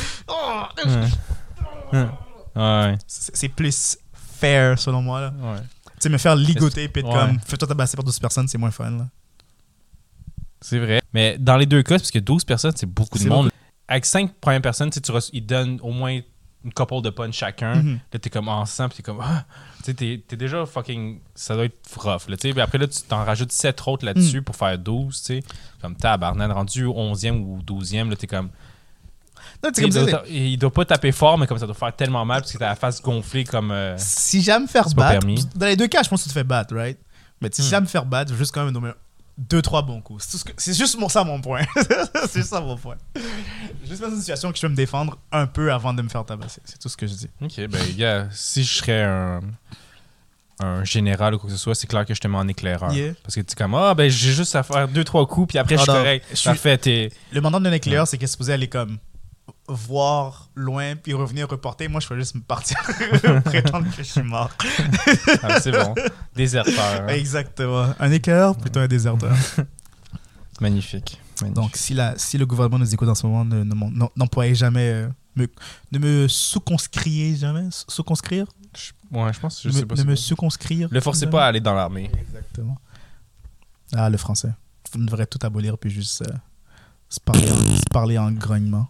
Ouais. C'est plus fair, selon moi, là. Ouais. Tu sais, me faire ligoter puis être comme, fais-toi tabasser par 12 personnes, c'est moins fun, là. C'est vrai. Mais dans les deux cas, parce que 12 personnes, c'est beaucoup de monde. Avec 5 premières personnes, ils donnent au moins une couple de punch chacun. Là, t'es comme ensemble, puis t'es comme... Tu sais, t'es déjà fucking... Ça doit être rough, là, tu sais. Puis après, là, tu t'en rajoutes 7 autres là-dessus pour faire 12, tu sais. Comme tabarnak, rendu 11e ou 12e, là, t'es comme... Non, il doit pas taper fort, mais comme ça doit faire tellement mal parce que t'as la face gonflée comme... si j'aime me faire battre... Dans les deux cas, je pense que tu te fais battre, right? Mais si j'aime me faire battre, je veux juste quand même nommer 2-3 bons coups. C'est juste ça mon point. C'est juste ça mon point. Juste dans une situation que je peux me défendre un peu avant de me faire tabasser. C'est tout ce que je dis. Ok, ben gars, si je serais un général ou quoi que ce soit, c'est clair que je te mets en éclaireur. Yeah. Parce que tu es comme, ben j'ai juste à faire 2-3 coups, puis après je suis correct. Parfait, le mandat d'un éclaireur, c'est qu'il est supposé aller comme voir loin puis revenir reporter. Moi, je peux juste me partir prétendre que je suis mort. C'est bon. Déserteur. Hein. Exactement. Un éclaireur, plutôt un déserteur. Magnifique. Donc, si le gouvernement nous écoute en ce moment, n'employez jamais... ne me sous-conscriez jamais. Sous-conscrire? Ouais, je pense que je sais pas. Ne me sous-conscrire. Le forcez pas à aller dans l'armée. Exactement. Ah, le français. On devrait tout abolir puis juste se parler en grognement.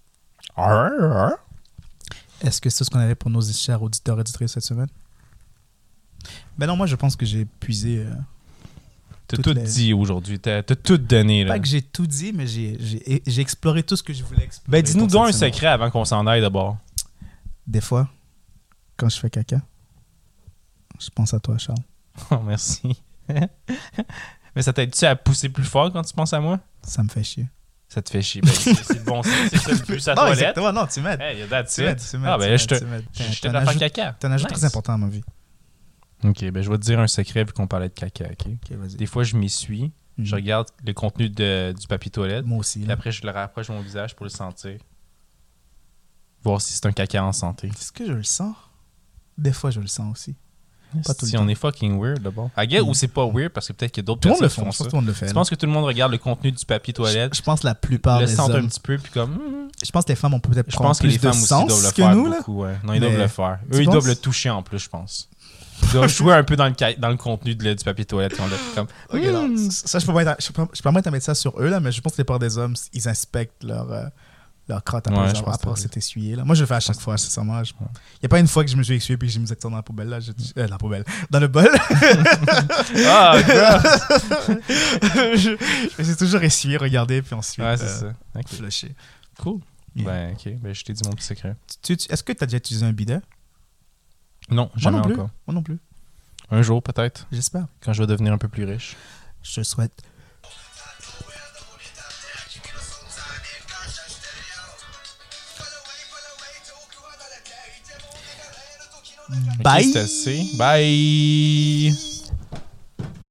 Est-ce que c'est tout ce qu'on avait pour nos chers auditeurs et auditrices cette semaine? Ben non, moi je pense que j'ai puisé... T'as tout dit aujourd'hui, t'as tout donné. Là. Pas que j'ai tout dit, mais j'ai exploré tout ce que je voulais explorer. Ben dis-nous donc un secret avant qu'on s'en aille d'abord. Des fois, quand je fais caca, je pense à toi, Charles. Oh, merci. Mais ça t'aide-tu à pousser plus fort quand tu penses à moi? Ça me fait chier. Ça te fait chier. Ben, c'est le bon sens. C'est ça le but, sa toilette. Exactement, non, tu m'aides. Hey, that's it. Tu m'aides. Ben je te la faire caca. T'as un ajout très important dans ma vie. Ok, ben je vais te dire un secret vu qu'on parlait de caca, ok? Vas-y. Des fois, je m'essuie, je regarde le contenu du papier toilette. Moi aussi. Puis après, je le rapproche de mon visage pour le sentir. Voir si c'est un caca en santé. Est-ce que je le sens? Des fois, je le sens aussi. Pas tout le temps. On est fucking weird d'abord. Ou c'est pas weird parce que peut-être qu'il y a d'autres personnes qui font ça. Tout le monde le fait. Je pense que tout le monde regarde le contenu du papier toilette. Je pense la plupart des hommes. Le sentent un petit peu puis comme. Je pense que les femmes ont peut-être Je pense que les femmes aussi doivent le faire beaucoup. Ouais. Non, ils doivent le faire. Eux, ils doivent le toucher en plus, je pense. Ils doivent jouer un peu dans le contenu du papier toilette. Comme, ok, alors, ça, je peux pas mettre ça sur eux, là, mais je pense que les plupart des hommes, ils inspectent leur crotte Ouais, après, je pense après que s'être essuyé. Là. Moi, je le fais à chaque fois, sincèrement. Il n'y a pas une fois que je me suis essuyé puis j'ai mis ça dans la poubelle. Là. Dans la poubelle. Dans le bol. Ah, je me suis toujours essuyé, regardé, puis ensuite ouais, c'est ça. Ok. flusher. Cool. Yeah. Ben, ok. Ben, je t'ai dit mon petit secret. Est-ce que tu as déjà utilisé un bidet? Non, jamais Moi non plus. encore. Moi non plus. Un jour, peut-être, J'espère. quand je vais devenir un peu plus riche. Je te le souhaite. Ok, Bye. c'est assez. Bye!